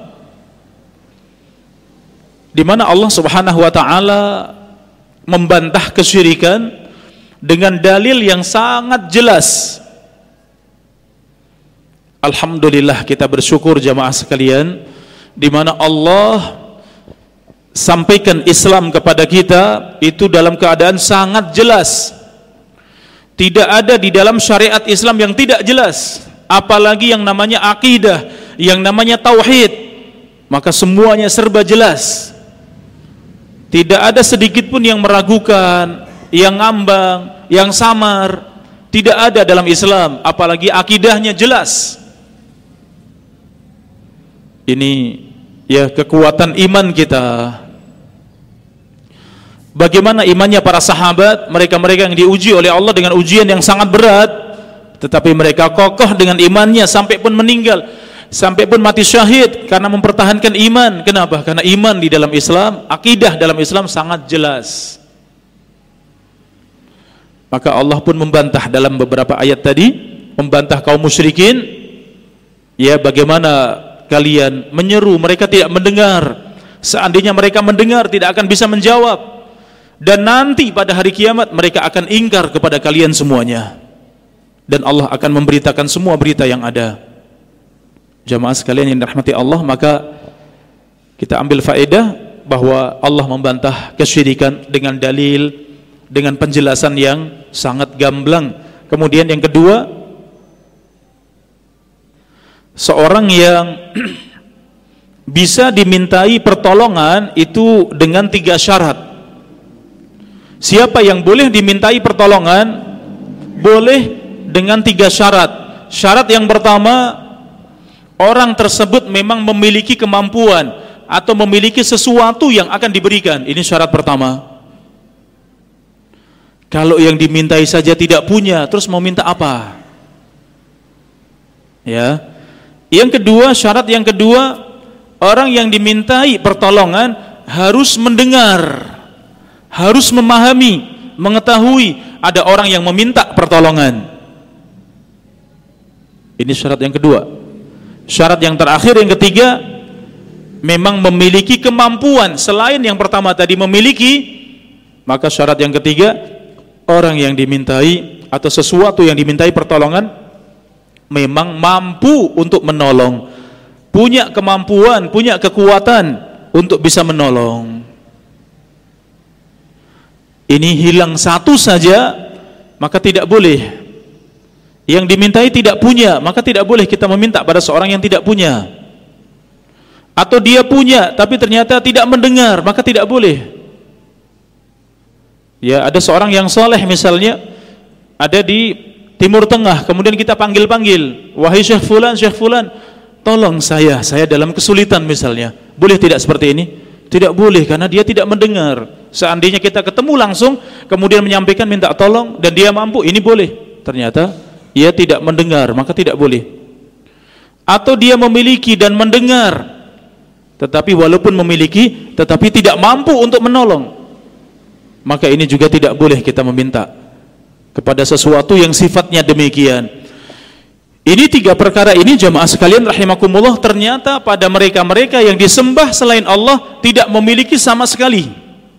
A: di mana Allah Subhanahu wa taala membantah kesyirikan dengan dalil yang sangat jelas. Alhamdulillah, kita bersyukur jamaah sekalian, di mana Allah sampaikan Islam kepada kita itu dalam keadaan sangat jelas. Tidak ada di dalam syariat Islam yang tidak jelas, apalagi yang namanya akidah, yang namanya tauhid, maka semuanya serba jelas. Tidak ada sedikit pun yang meragukan, yang ngambang, yang samar. Tidak ada dalam Islam, apalagi akidahnya jelas. Ini ya kekuatan iman kita. Bagaimana imannya para sahabat, mereka-mereka yang diuji oleh Allah dengan ujian yang sangat berat, tetapi mereka kokoh dengan imannya sampai pun meninggal, sampai pun mati syahid karena mempertahankan iman. Kenapa? Karena iman di dalam Islam, akidah dalam Islam sangat jelas. Maka Allah pun membantah dalam beberapa ayat tadi, membantah kaum musyrikin. Ya, bagaimana kalian menyeru, mereka tidak mendengar. Seandainya mereka mendengar, tidak akan bisa menjawab. Dan nanti pada hari kiamat mereka akan ingkar kepada kalian semuanya. Dan Allah akan memberitakan semua berita yang ada. Jamaah sekalian yang dirahmati Allah, maka kita ambil faedah bahwa Allah membantah kesyirikan dengan dalil, dengan penjelasan yang sangat gamblang. Kemudian yang kedua, seorang yang bisa dimintai pertolongan itu dengan tiga syarat. Siapa yang boleh dimintai pertolongan? Boleh dengan tiga syarat. Syarat yang pertama, orang tersebut memang memiliki kemampuan atau memiliki sesuatu yang akan diberikan. Ini syarat pertama. Kalau yang dimintai saja tidak punya, terus mau minta apa? Ya. Yang kedua, syarat yang kedua, orang yang dimintai pertolongan harus mendengar, harus memahami, mengetahui ada orang yang meminta pertolongan. Ini syarat yang kedua. Syarat yang terakhir, yang ketiga, memang memiliki kemampuan selain yang pertama tadi memiliki. Maka syarat yang ketiga, orang yang dimintai atau sesuatu yang dimintai pertolongan memang mampu untuk menolong, punya kemampuan, punya kekuatan untuk bisa menolong. Ini hilang satu saja, maka tidak boleh. Yang dimintai tidak punya, maka tidak boleh kita meminta pada seorang yang tidak punya. Atau dia punya tapi ternyata tidak mendengar, maka tidak boleh. Ya, ada seorang yang soleh misalnya, ada di Timur Tengah, kemudian kita panggil-panggil, wahai Syekh Fulan, Syekh Fulan, tolong saya, saya dalam kesulitan misalnya. Boleh tidak seperti ini? Tidak boleh, karena dia tidak mendengar. Seandainya kita ketemu langsung, kemudian menyampaikan minta tolong, dan dia mampu, ini boleh. Ternyata ia tidak mendengar, maka tidak boleh. Atau dia memiliki dan mendengar, tetapi walaupun memiliki, tetapi tidak mampu untuk menolong, maka ini juga tidak boleh kita meminta kepada sesuatu yang sifatnya demikian. Ini tiga perkara ini jamaah sekalian rahimakumullah, ternyata pada mereka-mereka yang disembah selain Allah tidak memiliki sama sekali.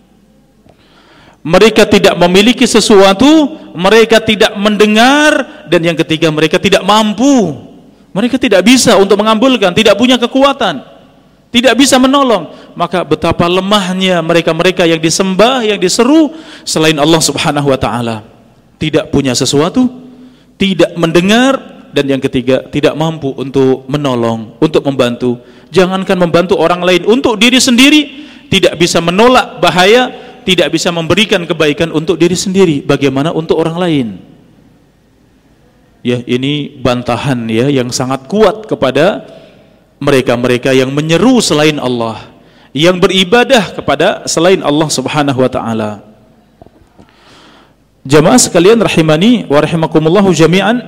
A: Mereka tidak memiliki sesuatu, mereka tidak mendengar, dan yang ketiga mereka tidak mampu. Mereka tidak bisa untuk mengabulkan, tidak punya kekuatan, tidak bisa menolong. Maka betapa lemahnya mereka-mereka yang disembah, yang diseru selain Allah Subhanahu wa taala. Tidak punya sesuatu, tidak mendengar, dan yang ketiga tidak mampu untuk menolong, untuk membantu. Jangankan membantu orang lain, untuk diri sendiri tidak bisa menolak bahaya, tidak bisa memberikan kebaikan untuk diri sendiri, bagaimana untuk orang lain? Ya, ini bantahan ya yang sangat kuat kepada mereka-mereka yang menyeru selain Allah, yang beribadah kepada selain Allah Subhanahu wa taala. Jamaah sekalian rahimani wa rahimakumullahu jami'an,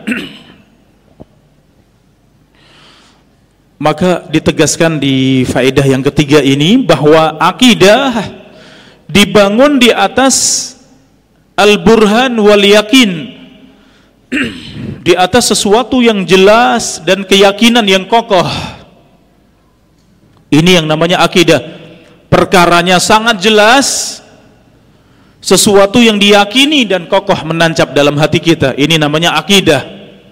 A: maka ditegaskan di faedah yang ketiga ini bahwa akidah dibangun di atas al-burhan wal yakin, di atas sesuatu yang jelas dan keyakinan yang kokoh. Ini yang namanya akidah. Perkaranya sangat jelas, sesuatu yang diyakini dan kokoh menancap dalam hati kita. Ini namanya akidah.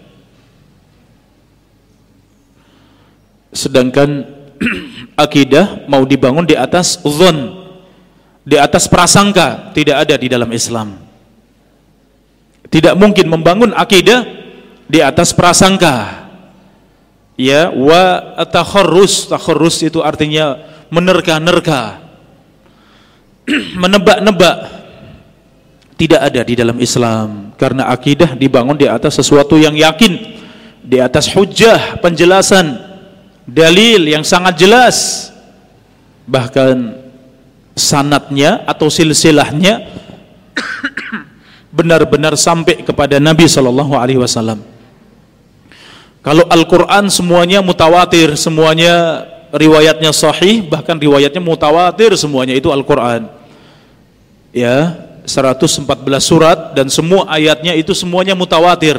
A: Sedangkan akidah mau dibangun di atas dzon, di atas prasangka, tidak ada di dalam Islam. Tidak mungkin membangun akidah di atas prasangka. Ya, wa takharrus, takharrus itu artinya menerka-nerka, menebak-nebak. Tidak ada di dalam Islam, karena akidah dibangun di atas sesuatu yang yakin, di atas hujjah, penjelasan, dalil yang sangat jelas, bahkan sanadnya atau silsilahnya benar-benar sampai kepada Nabi sallallahu alaihi wasallam. Kalau Al-Quran semuanya mutawatir, semuanya riwayatnya sahih, bahkan riwayatnya mutawatir semuanya, itu Al-Quran. Ya, seratus empat belas surat dan semua ayatnya itu semuanya mutawatir.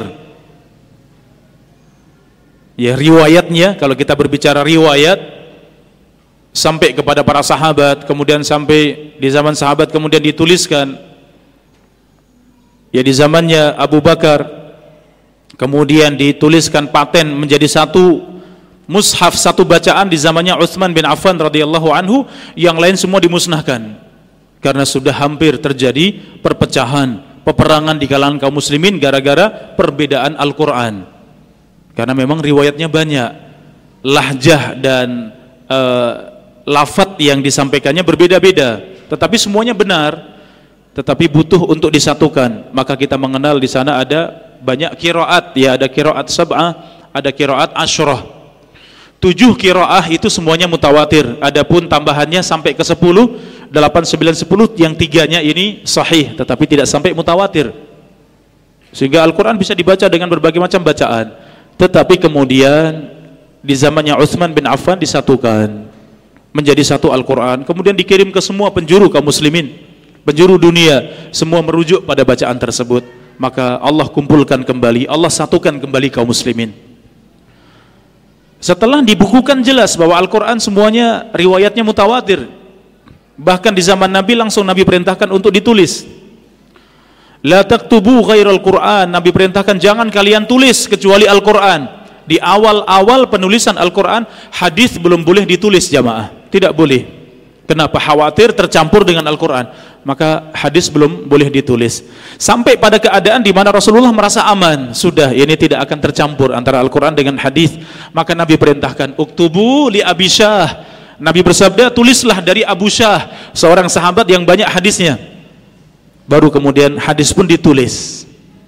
A: Ya, riwayatnya, kalau kita berbicara riwayat, sampai kepada para sahabat, kemudian sampai di zaman sahabat, kemudian dituliskan. Ya, di zamannya Abu Bakar, kemudian dituliskan paten menjadi satu mushaf, satu bacaan di zamannya Utsman bin Affan radhiyallahu anhu, yang lain semua dimusnahkan. Karena sudah hampir terjadi perpecahan, peperangan di kalangan kaum muslimin gara-gara perbedaan Al-Quran. Karena memang riwayatnya banyak, lahjah dan uh, lafaz yang disampaikannya berbeda-beda, tetapi semuanya benar, tetapi butuh untuk disatukan. Maka kita mengenal di sana ada banyak qiraat, ya, ada qiraat sab'ah, ada qiraat asyrah. Tujuh qiraah itu semuanya mutawatir. Adapun tambahannya sampai ke sepuluh, delapan, sembilan, sepuluh, yang tiganya ini sahih tetapi tidak sampai mutawatir. Sehingga Al-Quran bisa dibaca dengan berbagai macam bacaan. Tetapi kemudian di zamannya Utsman bin Affan disatukan menjadi satu Al-Quran, kemudian dikirim ke semua penjuru kaum muslimin, penjuru dunia, semua merujuk pada bacaan tersebut. Maka Allah kumpulkan kembali, Allah satukan kembali kaum muslimin. Setelah dibukukan jelas bahwa Al-Quran semuanya riwayatnya mutawatir, bahkan di zaman Nabi langsung Nabi perintahkan untuk ditulis. La taktubu ghairal Quran, Nabi perintahkan jangan kalian tulis kecuali Al-Quran. Di awal-awal penulisan Al-Quran, hadis belum boleh ditulis jamaah, tidak boleh. Kenapa? Khawatir tercampur dengan Al-Quran, maka hadis belum boleh ditulis. Sampai pada keadaan di mana Rasulullah merasa aman, sudah ini tidak akan tercampur antara Al-Quran dengan hadis, maka Nabi perintahkan uktubu li Abi Syah. Nabi bersabda, tulislah dari Abu Syah, seorang sahabat yang banyak hadisnya. Baru kemudian hadis pun ditulis.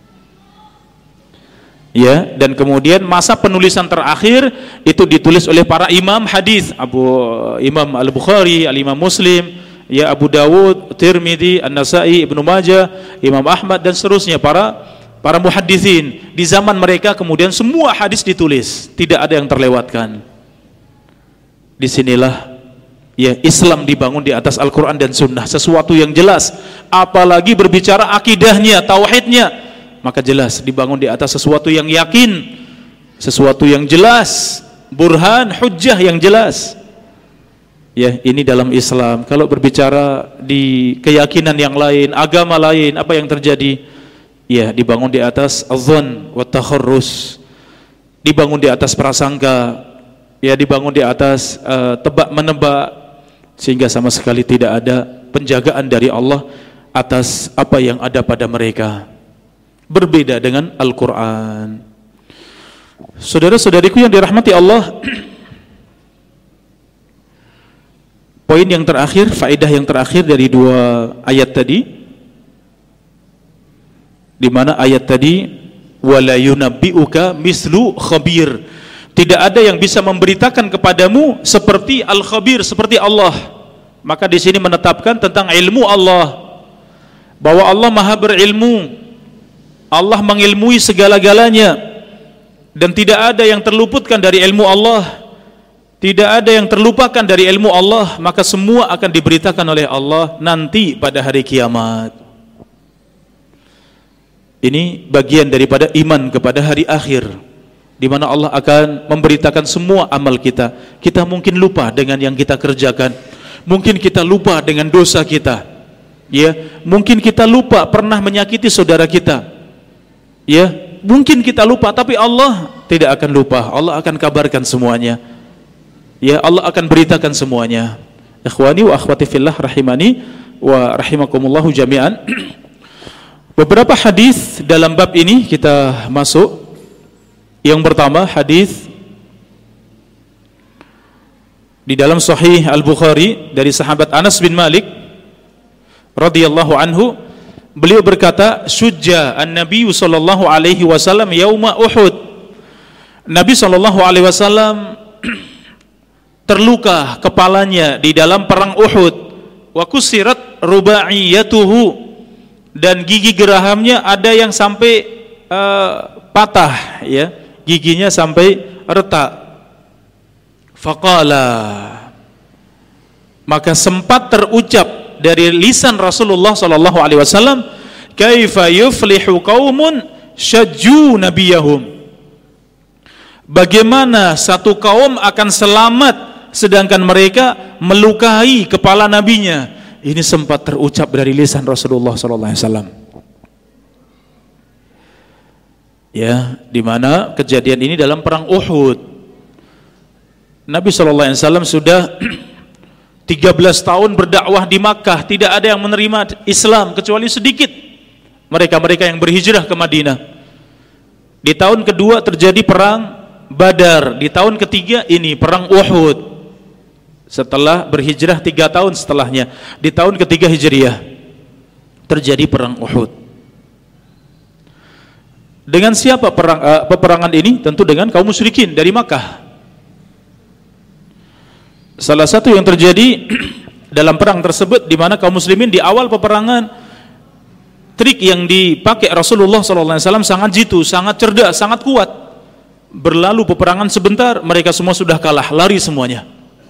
A: Ya, dan kemudian masa penulisan terakhir itu ditulis oleh para imam hadis, Abu Imam Al-Bukhari, Al-Imam Muslim, ya, Abu Dawud, Tirmidzi, An-Nasa'i, Ibnu Majah, Imam Ahmad dan seterusnya, para para muhaddisin. Di zaman mereka kemudian semua hadis ditulis, tidak ada yang terlewatkan. Disinilah ya Islam dibangun di atas Al-Quran dan Sunnah, sesuatu yang jelas. Apalagi berbicara akidahnya, tauhidnya, maka jelas dibangun di atas sesuatu yang yakin, sesuatu yang jelas, burhan, hujjah yang jelas. Ya, ini dalam Islam. Kalau berbicara di keyakinan yang lain, agama lain, apa yang terjadi? Ya, dibangun di atas az-dzan wa takharrus, dibangun di atas prasangka, ya, dibangun di atas uh, tebak menebak, sehingga sama sekali tidak ada penjagaan dari Allah atas apa yang ada pada mereka. Berbeda dengan Al-Quran. Saudara-saudariku yang dirahmati Allah, poin yang terakhir, faedah yang terakhir dari dua ayat tadi, di mana ayat tadi wala yunabbi'uka mislu khabir, tidak ada yang bisa memberitakan kepadamu seperti Al-Khabir, seperti Allah. Maka di sini menetapkan tentang ilmu Allah, bahwa Allah Maha berilmu, Allah mengilmui segala-galanya dan tidak ada yang terluputkan dari ilmu Allah, tidak ada yang terlupakan dari ilmu Allah, maka semua akan diberitakan oleh Allah nanti pada hari kiamat. Ini bagian daripada iman kepada hari akhir, di mana Allah akan memberitakan semua amal kita. Kita mungkin lupa dengan yang kita kerjakan, mungkin kita lupa dengan dosa kita, ya, mungkin kita lupa pernah menyakiti saudara kita, ya, mungkin kita lupa, tapi Allah tidak akan lupa. Allah akan kabarkan semuanya, ya, Allah akan beritakan semuanya. Ikhwani wa akhwati fillah rahimani wa rahimakumullahu jami'an. Beberapa hadis dalam bab ini kita masuk. Yang pertama, hadis di dalam Sahih Al-Bukhari dari sahabat Anas bin Malik radhiyallahu anhu, beliau berkata, "Syujja an-nabiy sallallahu alaihi wasallam yauma Uhud." Nabi sallallahu alaihi wasallam terluka kepalanya di dalam perang Uhud. Wa kusirat rubaiyatuhu, dan gigi gerahamnya ada yang sampai uh, patah, ya, giginya sampai retak. Faqala, maka sempat terucap dari lisan Rasulullah sallallahu alaihi wasallam, kaifa yuflihu qaumun syajju nabiyahum, bagaimana satu kaum akan selamat sedangkan mereka melukai kepala nabinya. Ini sempat terucap dari lisan Rasulullah sallallahu alaihi wasallam. Ya, di mana kejadian ini dalam perang Uhud. Nabi sallallahu alaihi wasallam sudah tiga belas tahun berdakwah di Makkah, tidak ada yang menerima Islam kecuali sedikit mereka-mereka yang berhijrah ke Madinah. Di tahun kedua terjadi perang Badar, di tahun ketiga ini perang Uhud. Setelah berhijrah tiga tahun setelahnya, di tahun ketiga Hijriah terjadi perang Uhud. Dengan siapa perang, uh, peperangan ini? Tentu dengan kaum musyrikin dari Makkah. Salah satu yang terjadi dalam perang tersebut, di mana kaum muslimin di awal peperangan, trik yang dipakai Rasulullah sallallahu alaihi wasallam sangat jitu, sangat cerdas, sangat kuat. Berlalu peperangan sebentar, mereka semua sudah kalah, lari semuanya.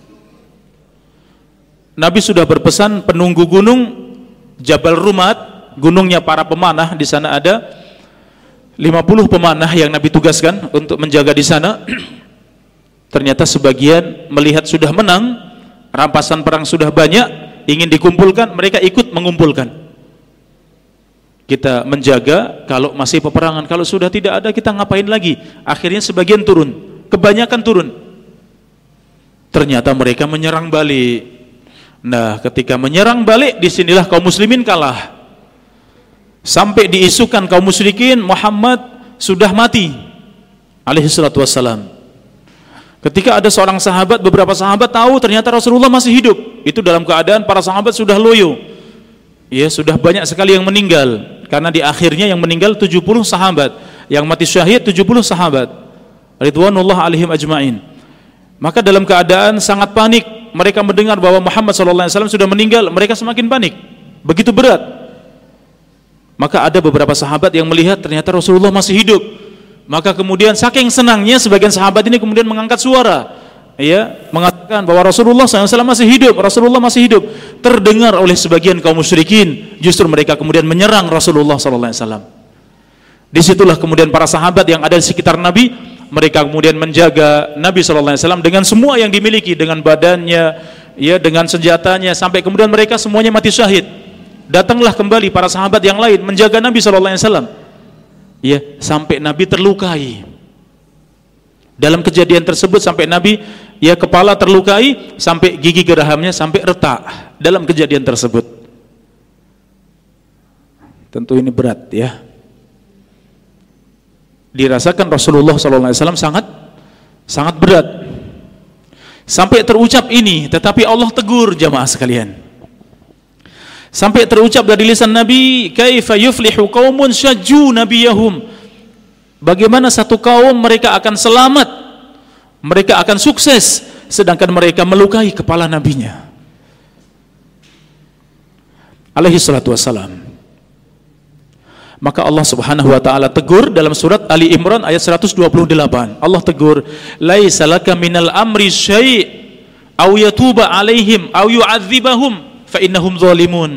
A: Nabi sudah berpesan penunggu gunung Jabal Rumat, gunungnya para pemanah. Di sana ada lima puluh pemanah yang Nabi tugaskan untuk menjaga di sana. Ternyata sebagian melihat sudah menang, rampasan perang sudah banyak, ingin dikumpulkan, mereka ikut mengumpulkan. Kita menjaga kalau masih peperangan, kalau sudah tidak ada kita ngapain lagi? Akhirnya sebagian turun, kebanyakan turun. Ternyata mereka menyerang balik. Nah, ketika menyerang balik, disinilah kaum muslimin kalah. Sampai diisukan kaum musyrikin Muhammad sudah mati alaihi salatu wassalam. Ketika ada seorang sahabat, beberapa sahabat tahu ternyata Rasulullah masih hidup, itu dalam keadaan para sahabat sudah loyo, ya, sudah banyak sekali yang meninggal. Karena di akhirnya yang meninggal tujuh puluh sahabat, yang mati syahid tujuh puluh sahabat ridwanullah alaihim ajma'in. Maka dalam keadaan sangat panik, mereka mendengar bahwa Muhammad sallallahu alaihi wasallam sudah meninggal, mereka semakin panik, begitu berat. Maka ada beberapa sahabat yang melihat ternyata Rasulullah masih hidup. Maka kemudian saking senangnya sebagian sahabat ini kemudian mengangkat suara, ya, mengatakan bahwa Rasulullah sallallahu alaihi wasallam masih hidup, Rasulullah masih hidup. Terdengar oleh sebagian kaum musyrikin, justru mereka kemudian menyerang Rasulullah sallallahu alaihi wasallam. Disitulah kemudian para sahabat yang ada di sekitar Nabi, mereka kemudian menjaga Nabi sallallahu alaihi wasallam dengan semua yang dimiliki, dengan badannya, ya, dengan senjatanya, sampai kemudian mereka semuanya mati syahid. Datanglah kembali para sahabat yang lain menjaga Nabi sallallahu alaihi wasallam, ya, sampai Nabi terlukai. Dalam kejadian tersebut sampai Nabi, ya, kepala terlukai, sampai gigi gerahamnya sampai retak dalam kejadian tersebut. Tentu ini berat, ya. Dirasakan Rasulullah sallallahu alaihi wasallam sangat sangat berat. Sampai terucap ini, tetapi Allah tegur jamaah sekalian. Sampai terucap dari lisan Nabi, kaifa yuflihu qaumun syajju nabiyahum, bagaimana satu kaum mereka akan selamat, mereka akan sukses sedangkan mereka melukai kepala nabinya alaihi salatu wassalam. Maka Allah Subhanahu wa taala tegur dalam surat Ali Imran ayat seratus dua puluh delapan. Allah tegur, "Laisa laka minal amri syai' aw yatuba 'alaihim aw yu'adzibahum fa innahum zalimun."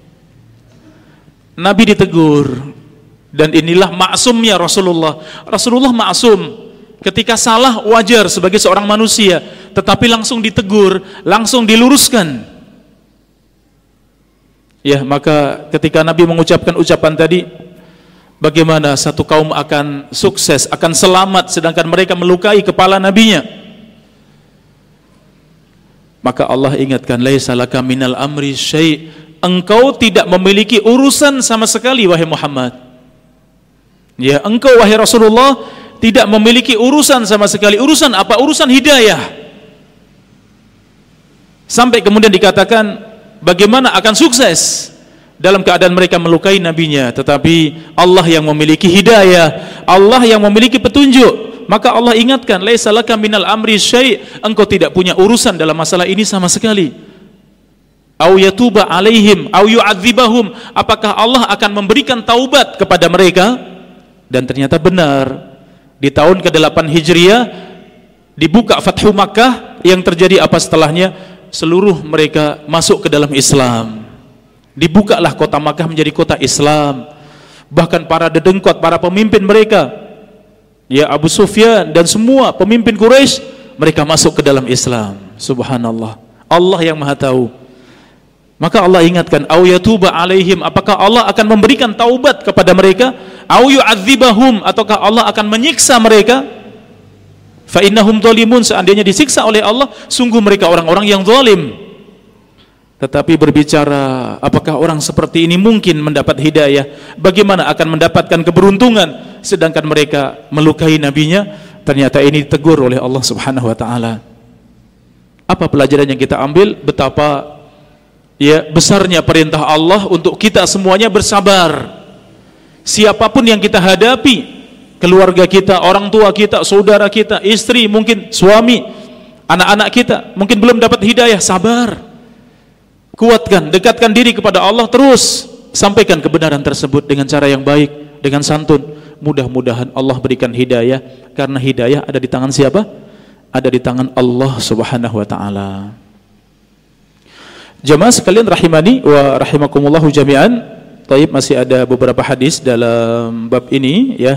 A: Nabi ditegur, dan inilah maksumnya Rasulullah. Rasulullah maksum. Ketika salah wajar sebagai seorang manusia, tetapi langsung ditegur, langsung diluruskan. Ya, maka ketika Nabi mengucapkan ucapan tadi, bagaimana satu kaum akan sukses, akan selamat, sedangkan mereka melukai kepala nabinya? Maka Allah ingatkan, laisa laka minal amri syai', engkau tidak memiliki urusan sama sekali wahai Muhammad. Ya, engkau wahai Rasulullah tidak memiliki urusan sama sekali. Urusan apa? Urusan hidayah. Sampai kemudian dikatakan bagaimana akan sukses dalam keadaan mereka melukai nabinya, tetapi Allah yang memiliki hidayah, Allah yang memiliki petunjuk. Maka Allah ingatkan, laisa laka minal amri syai', engkau tidak punya urusan dalam masalah ini sama sekali. Au yatuba alaihim au yu'adzibahum, apakah Allah akan memberikan taubat kepada mereka? Dan ternyata benar, di tahun ke-delapan Hijriah dibuka Fathu Makkah. Yang terjadi apa setelahnya? Seluruh mereka masuk ke dalam Islam. Dibukalah kota Makkah menjadi kota Islam. Bahkan para dedengkot, para pemimpin mereka, ya Abu Sufyan dan semua pemimpin Quraisy, mereka masuk ke dalam Islam. Subhanallah, Allah yang Maha tahu. Maka Allah ingatkan, au yatuba alaihim, apakah Allah akan memberikan taubat kepada mereka? Au yu'adzibahum, ataukah Allah akan menyiksa mereka? Fa innahum zalimun, seandainya disiksa oleh Allah, sungguh mereka orang-orang yang zalim. Tetapi berbicara, apakah orang seperti ini mungkin mendapat hidayah? Bagaimana akan mendapatkan keberuntungan sedangkan mereka melukai nabinya? Ternyata ini ditegur oleh Allah Subhanahu wa taala. Apa pelajaran yang kita ambil? Betapa ya besarnya perintah Allah untuk kita semuanya bersabar. Siapapun yang kita hadapi, keluarga kita, orang tua kita, saudara kita, istri, mungkin suami, anak-anak kita, mungkin belum dapat hidayah, sabar. Kuatkan, dekatkan diri kepada Allah, terus sampaikan kebenaran tersebut dengan cara yang baik, dengan santun. Mudah-mudahan Allah berikan hidayah, karena hidayah ada di tangan siapa? Ada di tangan Allah Subhanahu wa taala. Jamaah sekalian rahimani wa rahimakumullahu jami'an. Taib, masih ada beberapa hadis dalam bab ini, ya.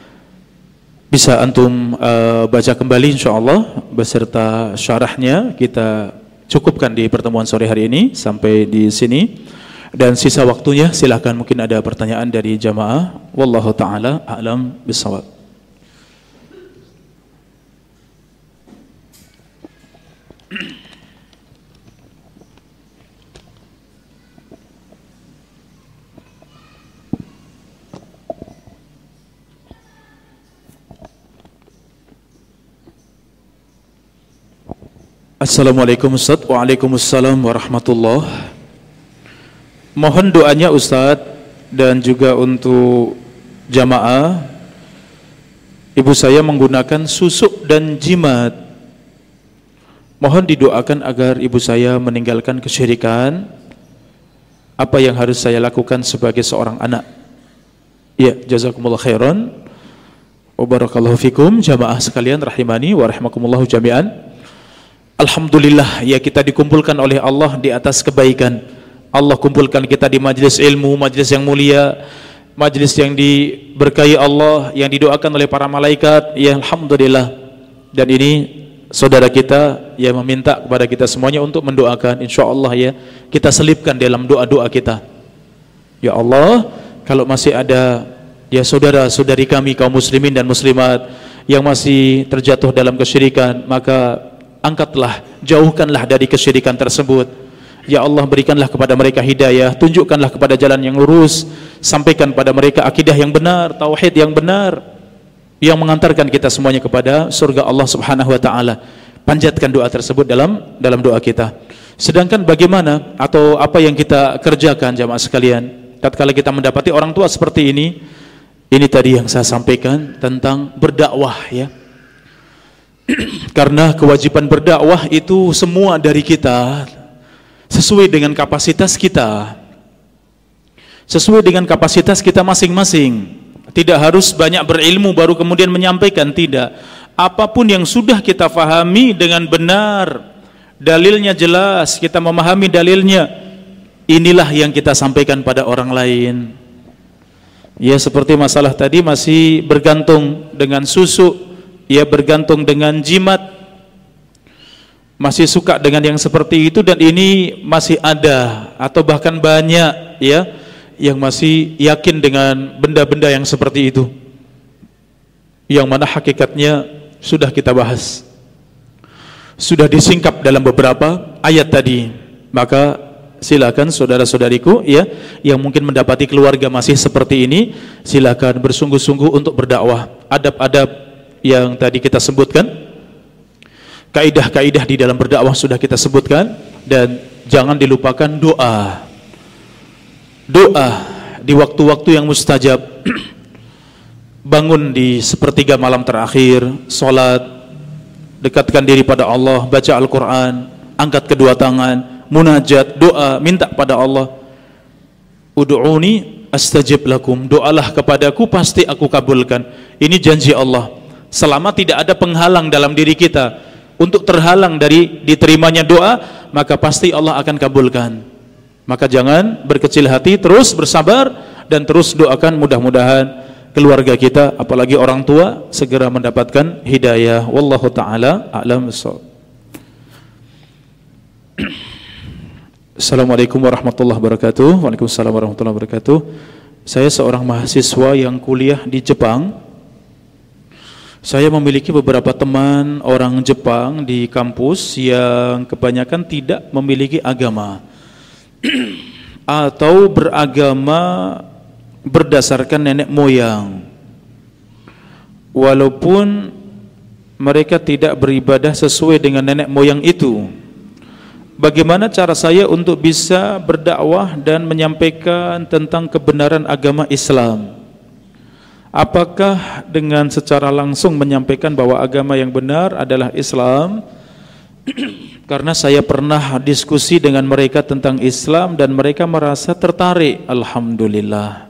A: Bisa antum uh, baca kembali insyaallah beserta syarahnya. Kita cukupkan di pertemuan sore hari ini sampai di sini, dan sisa waktunya silahkan mungkin ada pertanyaan dari jamaah. Wallahu taala a'lam bissawab. Assalamualaikum Ustaz. Waalaikumsalam warahmatullah. Mohon doanya Ustaz, dan juga untuk jamaah. Ibu saya menggunakan susuk dan jimat. Mohon didoakan agar ibu saya meninggalkan kesyirikan. Apa yang harus saya lakukan sebagai seorang anak? Ya, jazakumullah khairan wa barakallahu fikum. Jamaah sekalian rahimani wa rahimakumullahu jami'an. Alhamdulillah, ya, kita dikumpulkan oleh Allah di atas kebaikan. Allah kumpulkan kita di majlis ilmu, majlis yang mulia, majlis yang diberkahi Allah, yang didoakan oleh para malaikat. Ya, alhamdulillah. Dan ini saudara kita yang meminta kepada kita semuanya untuk mendoakan. Insyaallah ya, kita selipkan dalam doa-doa kita. Ya Allah, kalau masih ada ya saudara-saudari kami kaum muslimin dan muslimat yang masih terjatuh dalam kesyirikan, maka angkatlah, jauhkanlah dari kesyirikan tersebut. Ya Allah, berikanlah kepada mereka hidayah, tunjukkanlah kepada jalan yang lurus, sampaikan pada mereka akidah yang benar, tauhid yang benar, yang mengantarkan kita semuanya kepada surga Allah Subhanahu wa taala. Panjatkan doa tersebut dalam dalam doa kita. Sedangkan bagaimana atau apa yang kita kerjakan jamaah sekalian tatkala kita mendapati orang tua seperti ini? Ini tadi yang saya sampaikan tentang berdakwah, ya. Karena kewajiban berdakwah itu semua dari kita sesuai dengan kapasitas kita, sesuai dengan kapasitas kita masing-masing. Tidak harus banyak berilmu baru kemudian menyampaikan, tidak. Apapun yang sudah kita fahami dengan benar, dalilnya jelas, kita memahami dalilnya, inilah yang kita sampaikan pada orang lain. Ya, seperti masalah tadi masih bergantung dengan susu, ya bergantung dengan jimat, masih suka dengan yang seperti itu, dan ini masih ada atau bahkan banyak ya yang masih yakin dengan benda-benda yang seperti itu, yang mana hakikatnya sudah kita bahas, sudah disingkap dalam beberapa ayat tadi. Maka silakan saudara-saudariku ya yang mungkin mendapati keluarga masih seperti ini, silakan bersungguh-sungguh untuk berdakwah. Adab-adab yang tadi kita sebutkan, kaidah-kaidah di dalam berdakwah sudah kita sebutkan, dan jangan dilupakan doa. Doa di waktu-waktu yang mustajab. Bangun di sepertiga malam terakhir, salat, dekatkan diri pada Allah, baca Al-Quran, angkat kedua tangan, munajat, doa, minta pada Allah. Ud'uni astajib lakum, doalah kepadaku pasti aku kabulkan. Ini janji Allah. Selama tidak ada penghalang dalam diri kita untuk terhalang dari diterimanya doa, maka pasti Allah akan kabulkan. Maka jangan berkecil hati, terus bersabar dan terus doakan, mudah-mudahan keluarga kita, apalagi orang tua, segera mendapatkan hidayah. Wallahu ta'ala a'lam bissawab. Assalamualaikum warahmatullahi wabarakatuh. Waalaikumsalam warahmatullahi wabarakatuh. Saya seorang mahasiswa yang kuliah di Jepang. Saya memiliki beberapa teman orang Jepang di kampus yang kebanyakan tidak memiliki agama atau beragama berdasarkan nenek moyang, walaupun mereka tidak beribadah sesuai dengan nenek moyang itu. Bagaimana cara saya untuk bisa berdakwah dan menyampaikan tentang kebenaran agama Islam? Apakah dengan secara langsung menyampaikan bahwa agama yang benar adalah Islam? Karena saya pernah diskusi dengan mereka tentang Islam dan mereka merasa tertarik, alhamdulillah.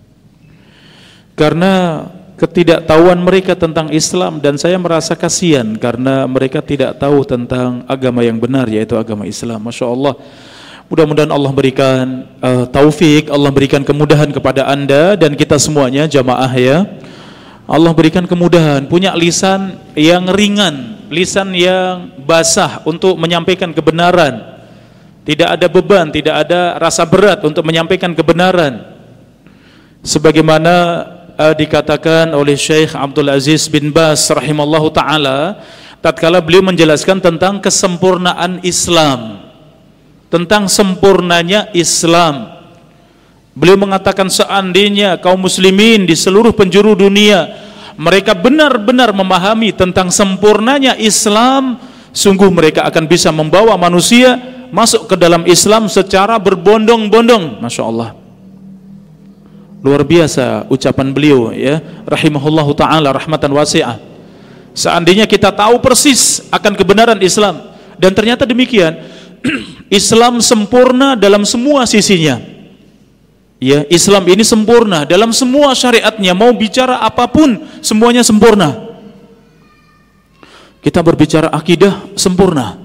A: Karena ketidaktahuan mereka tentang Islam, dan saya merasa kasihan karena mereka tidak tahu tentang agama yang benar, yaitu agama Islam. Masya Allah. Mudah-mudahan Allah berikan uh, taufik, Allah berikan kemudahan kepada anda dan kita semuanya jamaah ya. Allah berikan kemudahan, punya lisan yang ringan, lisan yang basah untuk menyampaikan kebenaran. Tidak ada beban, tidak ada rasa berat untuk menyampaikan kebenaran. Sebagaimana uh, dikatakan oleh Syekh Abdul Aziz bin Baz rahimallahu ta'ala tatkala beliau menjelaskan tentang kesempurnaan Islam, tentang sempurnanya Islam. Beliau mengatakan seandainya kaum muslimin di seluruh penjuru dunia mereka benar-benar memahami tentang sempurnanya Islam, sungguh mereka akan bisa membawa manusia masuk ke dalam Islam secara berbondong-bondong. Masya Allah. Luar biasa ucapan beliau ya, rahimahullahu ta'ala rahmatan wasi'ah. Seandainya kita tahu persis akan kebenaran Islam, dan ternyata demikian, Islam sempurna dalam semua sisinya. Ya, Islam ini sempurna dalam semua syariatnya, mau bicara apapun semuanya sempurna. Kita berbicara akidah sempurna.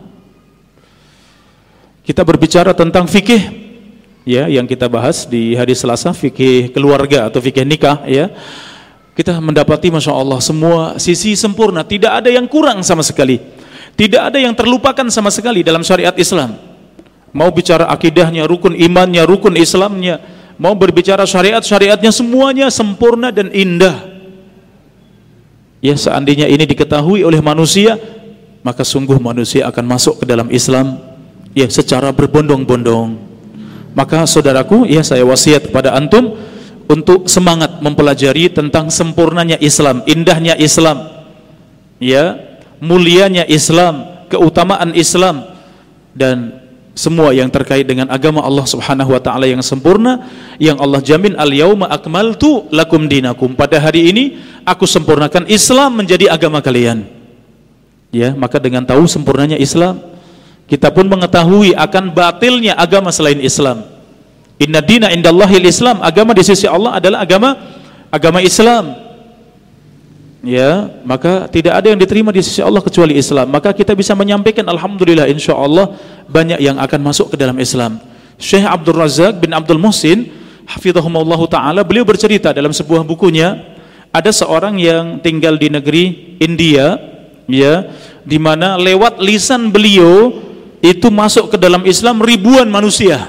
A: Kita berbicara tentang fikih ya, yang kita bahas di hari Selasa, fikih keluarga atau fikih nikah ya. Kita mendapati Masya Allah semua sisi sempurna, tidak ada yang kurang sama sekali, tidak ada yang terlupakan sama sekali dalam syariat Islam. Mau bicara akidahnya, rukun imannya, rukun Islamnya, mau berbicara syariat-syariatnya, semuanya sempurna dan indah. Ya, seandainya ini diketahui oleh manusia, maka sungguh manusia akan masuk ke dalam Islam ya secara berbondong-bondong. Maka saudaraku, ya saya wasiat kepada antum untuk semangat mempelajari tentang sempurnanya Islam, indahnya Islam, ya, mulianya Islam, keutamaan Islam, dan semua yang terkait dengan agama Allah Subhanahu wa taala yang sempurna, yang Allah jamin al-yauma akmaltu lakum dinakum. Pada hari ini aku sempurnakan Islam menjadi agama kalian. Ya, maka dengan tahu sempurnanya Islam, kita pun mengetahui akan batilnya agama selain Islam. Inna dina indallahil Islam, agama di sisi Allah adalah agama agama Islam. Ya, maka tidak ada yang diterima di sisi Allah kecuali Islam. Maka kita bisa menyampaikan alhamdulillah, insyaallah banyak yang akan masuk ke dalam Islam. Syekh Abdul Razak bin Abdul Muhsin hafizahumullah taala, beliau bercerita dalam sebuah bukunya, ada seorang yang tinggal di negeri India, ya, di mana lewat lisan beliau itu masuk ke dalam Islam ribuan manusia.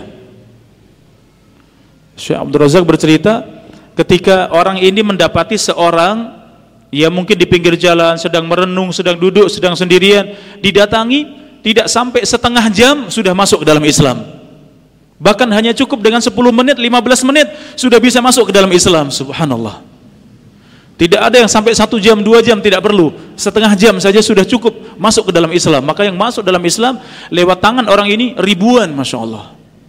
A: Syekh Abdul Razak bercerita, ketika orang ini mendapati seorang, ya mungkin di pinggir jalan sedang merenung, sedang duduk, sedang sendirian, didatangi, tidak sampai setengah jam sudah masuk ke dalam Islam. Bahkan hanya cukup dengan sepuluh menit, lima belas menit sudah bisa masuk ke dalam Islam. Subhanallah. Tidak ada yang sampai satu jam, dua jam, tidak perlu. Setengah jam saja sudah cukup masuk ke dalam Islam. Maka yang masuk dalam Islam lewat tangan orang ini ribuan, Masya Allah.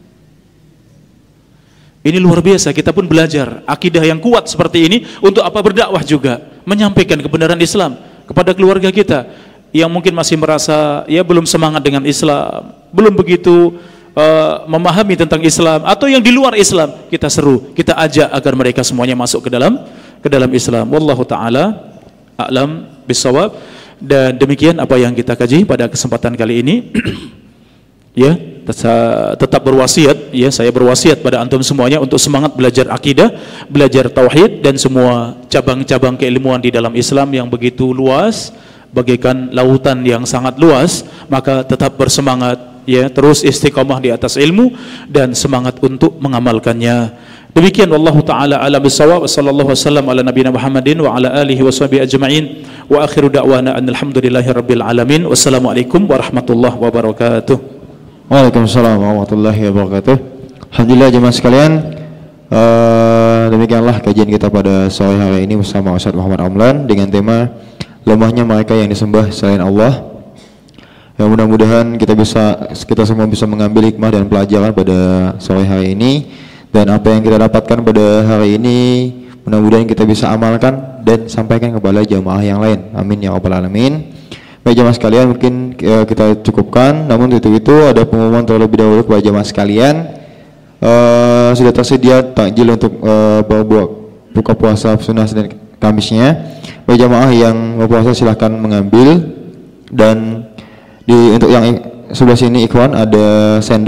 A: Ini luar biasa. Kita pun belajar akidah yang kuat seperti ini untuk apa? Berdakwah juga, menyampaikan kebenaran Islam kepada keluarga kita yang mungkin masih merasa ya belum semangat dengan Islam, belum begitu uh, memahami tentang Islam, atau yang di luar Islam. Kita seru, kita ajak agar mereka semuanya masuk ke dalam ke dalam Islam. Wallahu taala a'lam bissawab. Dan demikian apa yang kita kaji pada kesempatan kali ini. Ya, tetap berwasiat, ya, saya berwasiat pada antum semuanya untuk semangat belajar akidah, belajar tauhid, dan semua cabang-cabang keilmuan di dalam Islam yang begitu luas, bagaikan lautan yang sangat luas. Maka tetap bersemangat, ya, terus istiqamah di atas ilmu dan semangat untuk mengamalkannya. Demikian, wallahu taala a'lam bissawab. Sallallahu wasallam ala nabiyina Muhammadin wa ala alihi washabihi ajma'in. Wa akhiru da'wana alhamdulillahi rabbil alamin. Wassalamualaikum warahmatullahi wabarakatuh.
B: Waalaikumsalam warahmatullahi wabarakatuh. Alhamdulillah jemaah sekalian, uh, demikianlah kajian kita pada sore hari ini bersama Ustaz Muhammad Amlan dengan tema lemahnya mereka yang disembah selain Allah. Ya, mudah-mudahan kita bisa kita semua bisa mengambil hikmah dan pelajaran pada sore hari ini, dan apa yang kita dapatkan pada hari ini mudah-mudahan kita bisa amalkan dan sampaikan kepada jamaah yang lain. Amin ya rabbal alamin. Baik jemaah sekalian, mungkin ya, kita cukupkan. Namun itu itu ada pengumuman terlebih dahulu kepada jemaah sekalian. Uh, sudah tersedia takjil untuk uh, buka, buka puasa sunnah Senin Kamisnya. Bagi jemaah yang mau puasa silahkan mengambil. Dan di untuk yang sebelah sini ikhwan ada sendok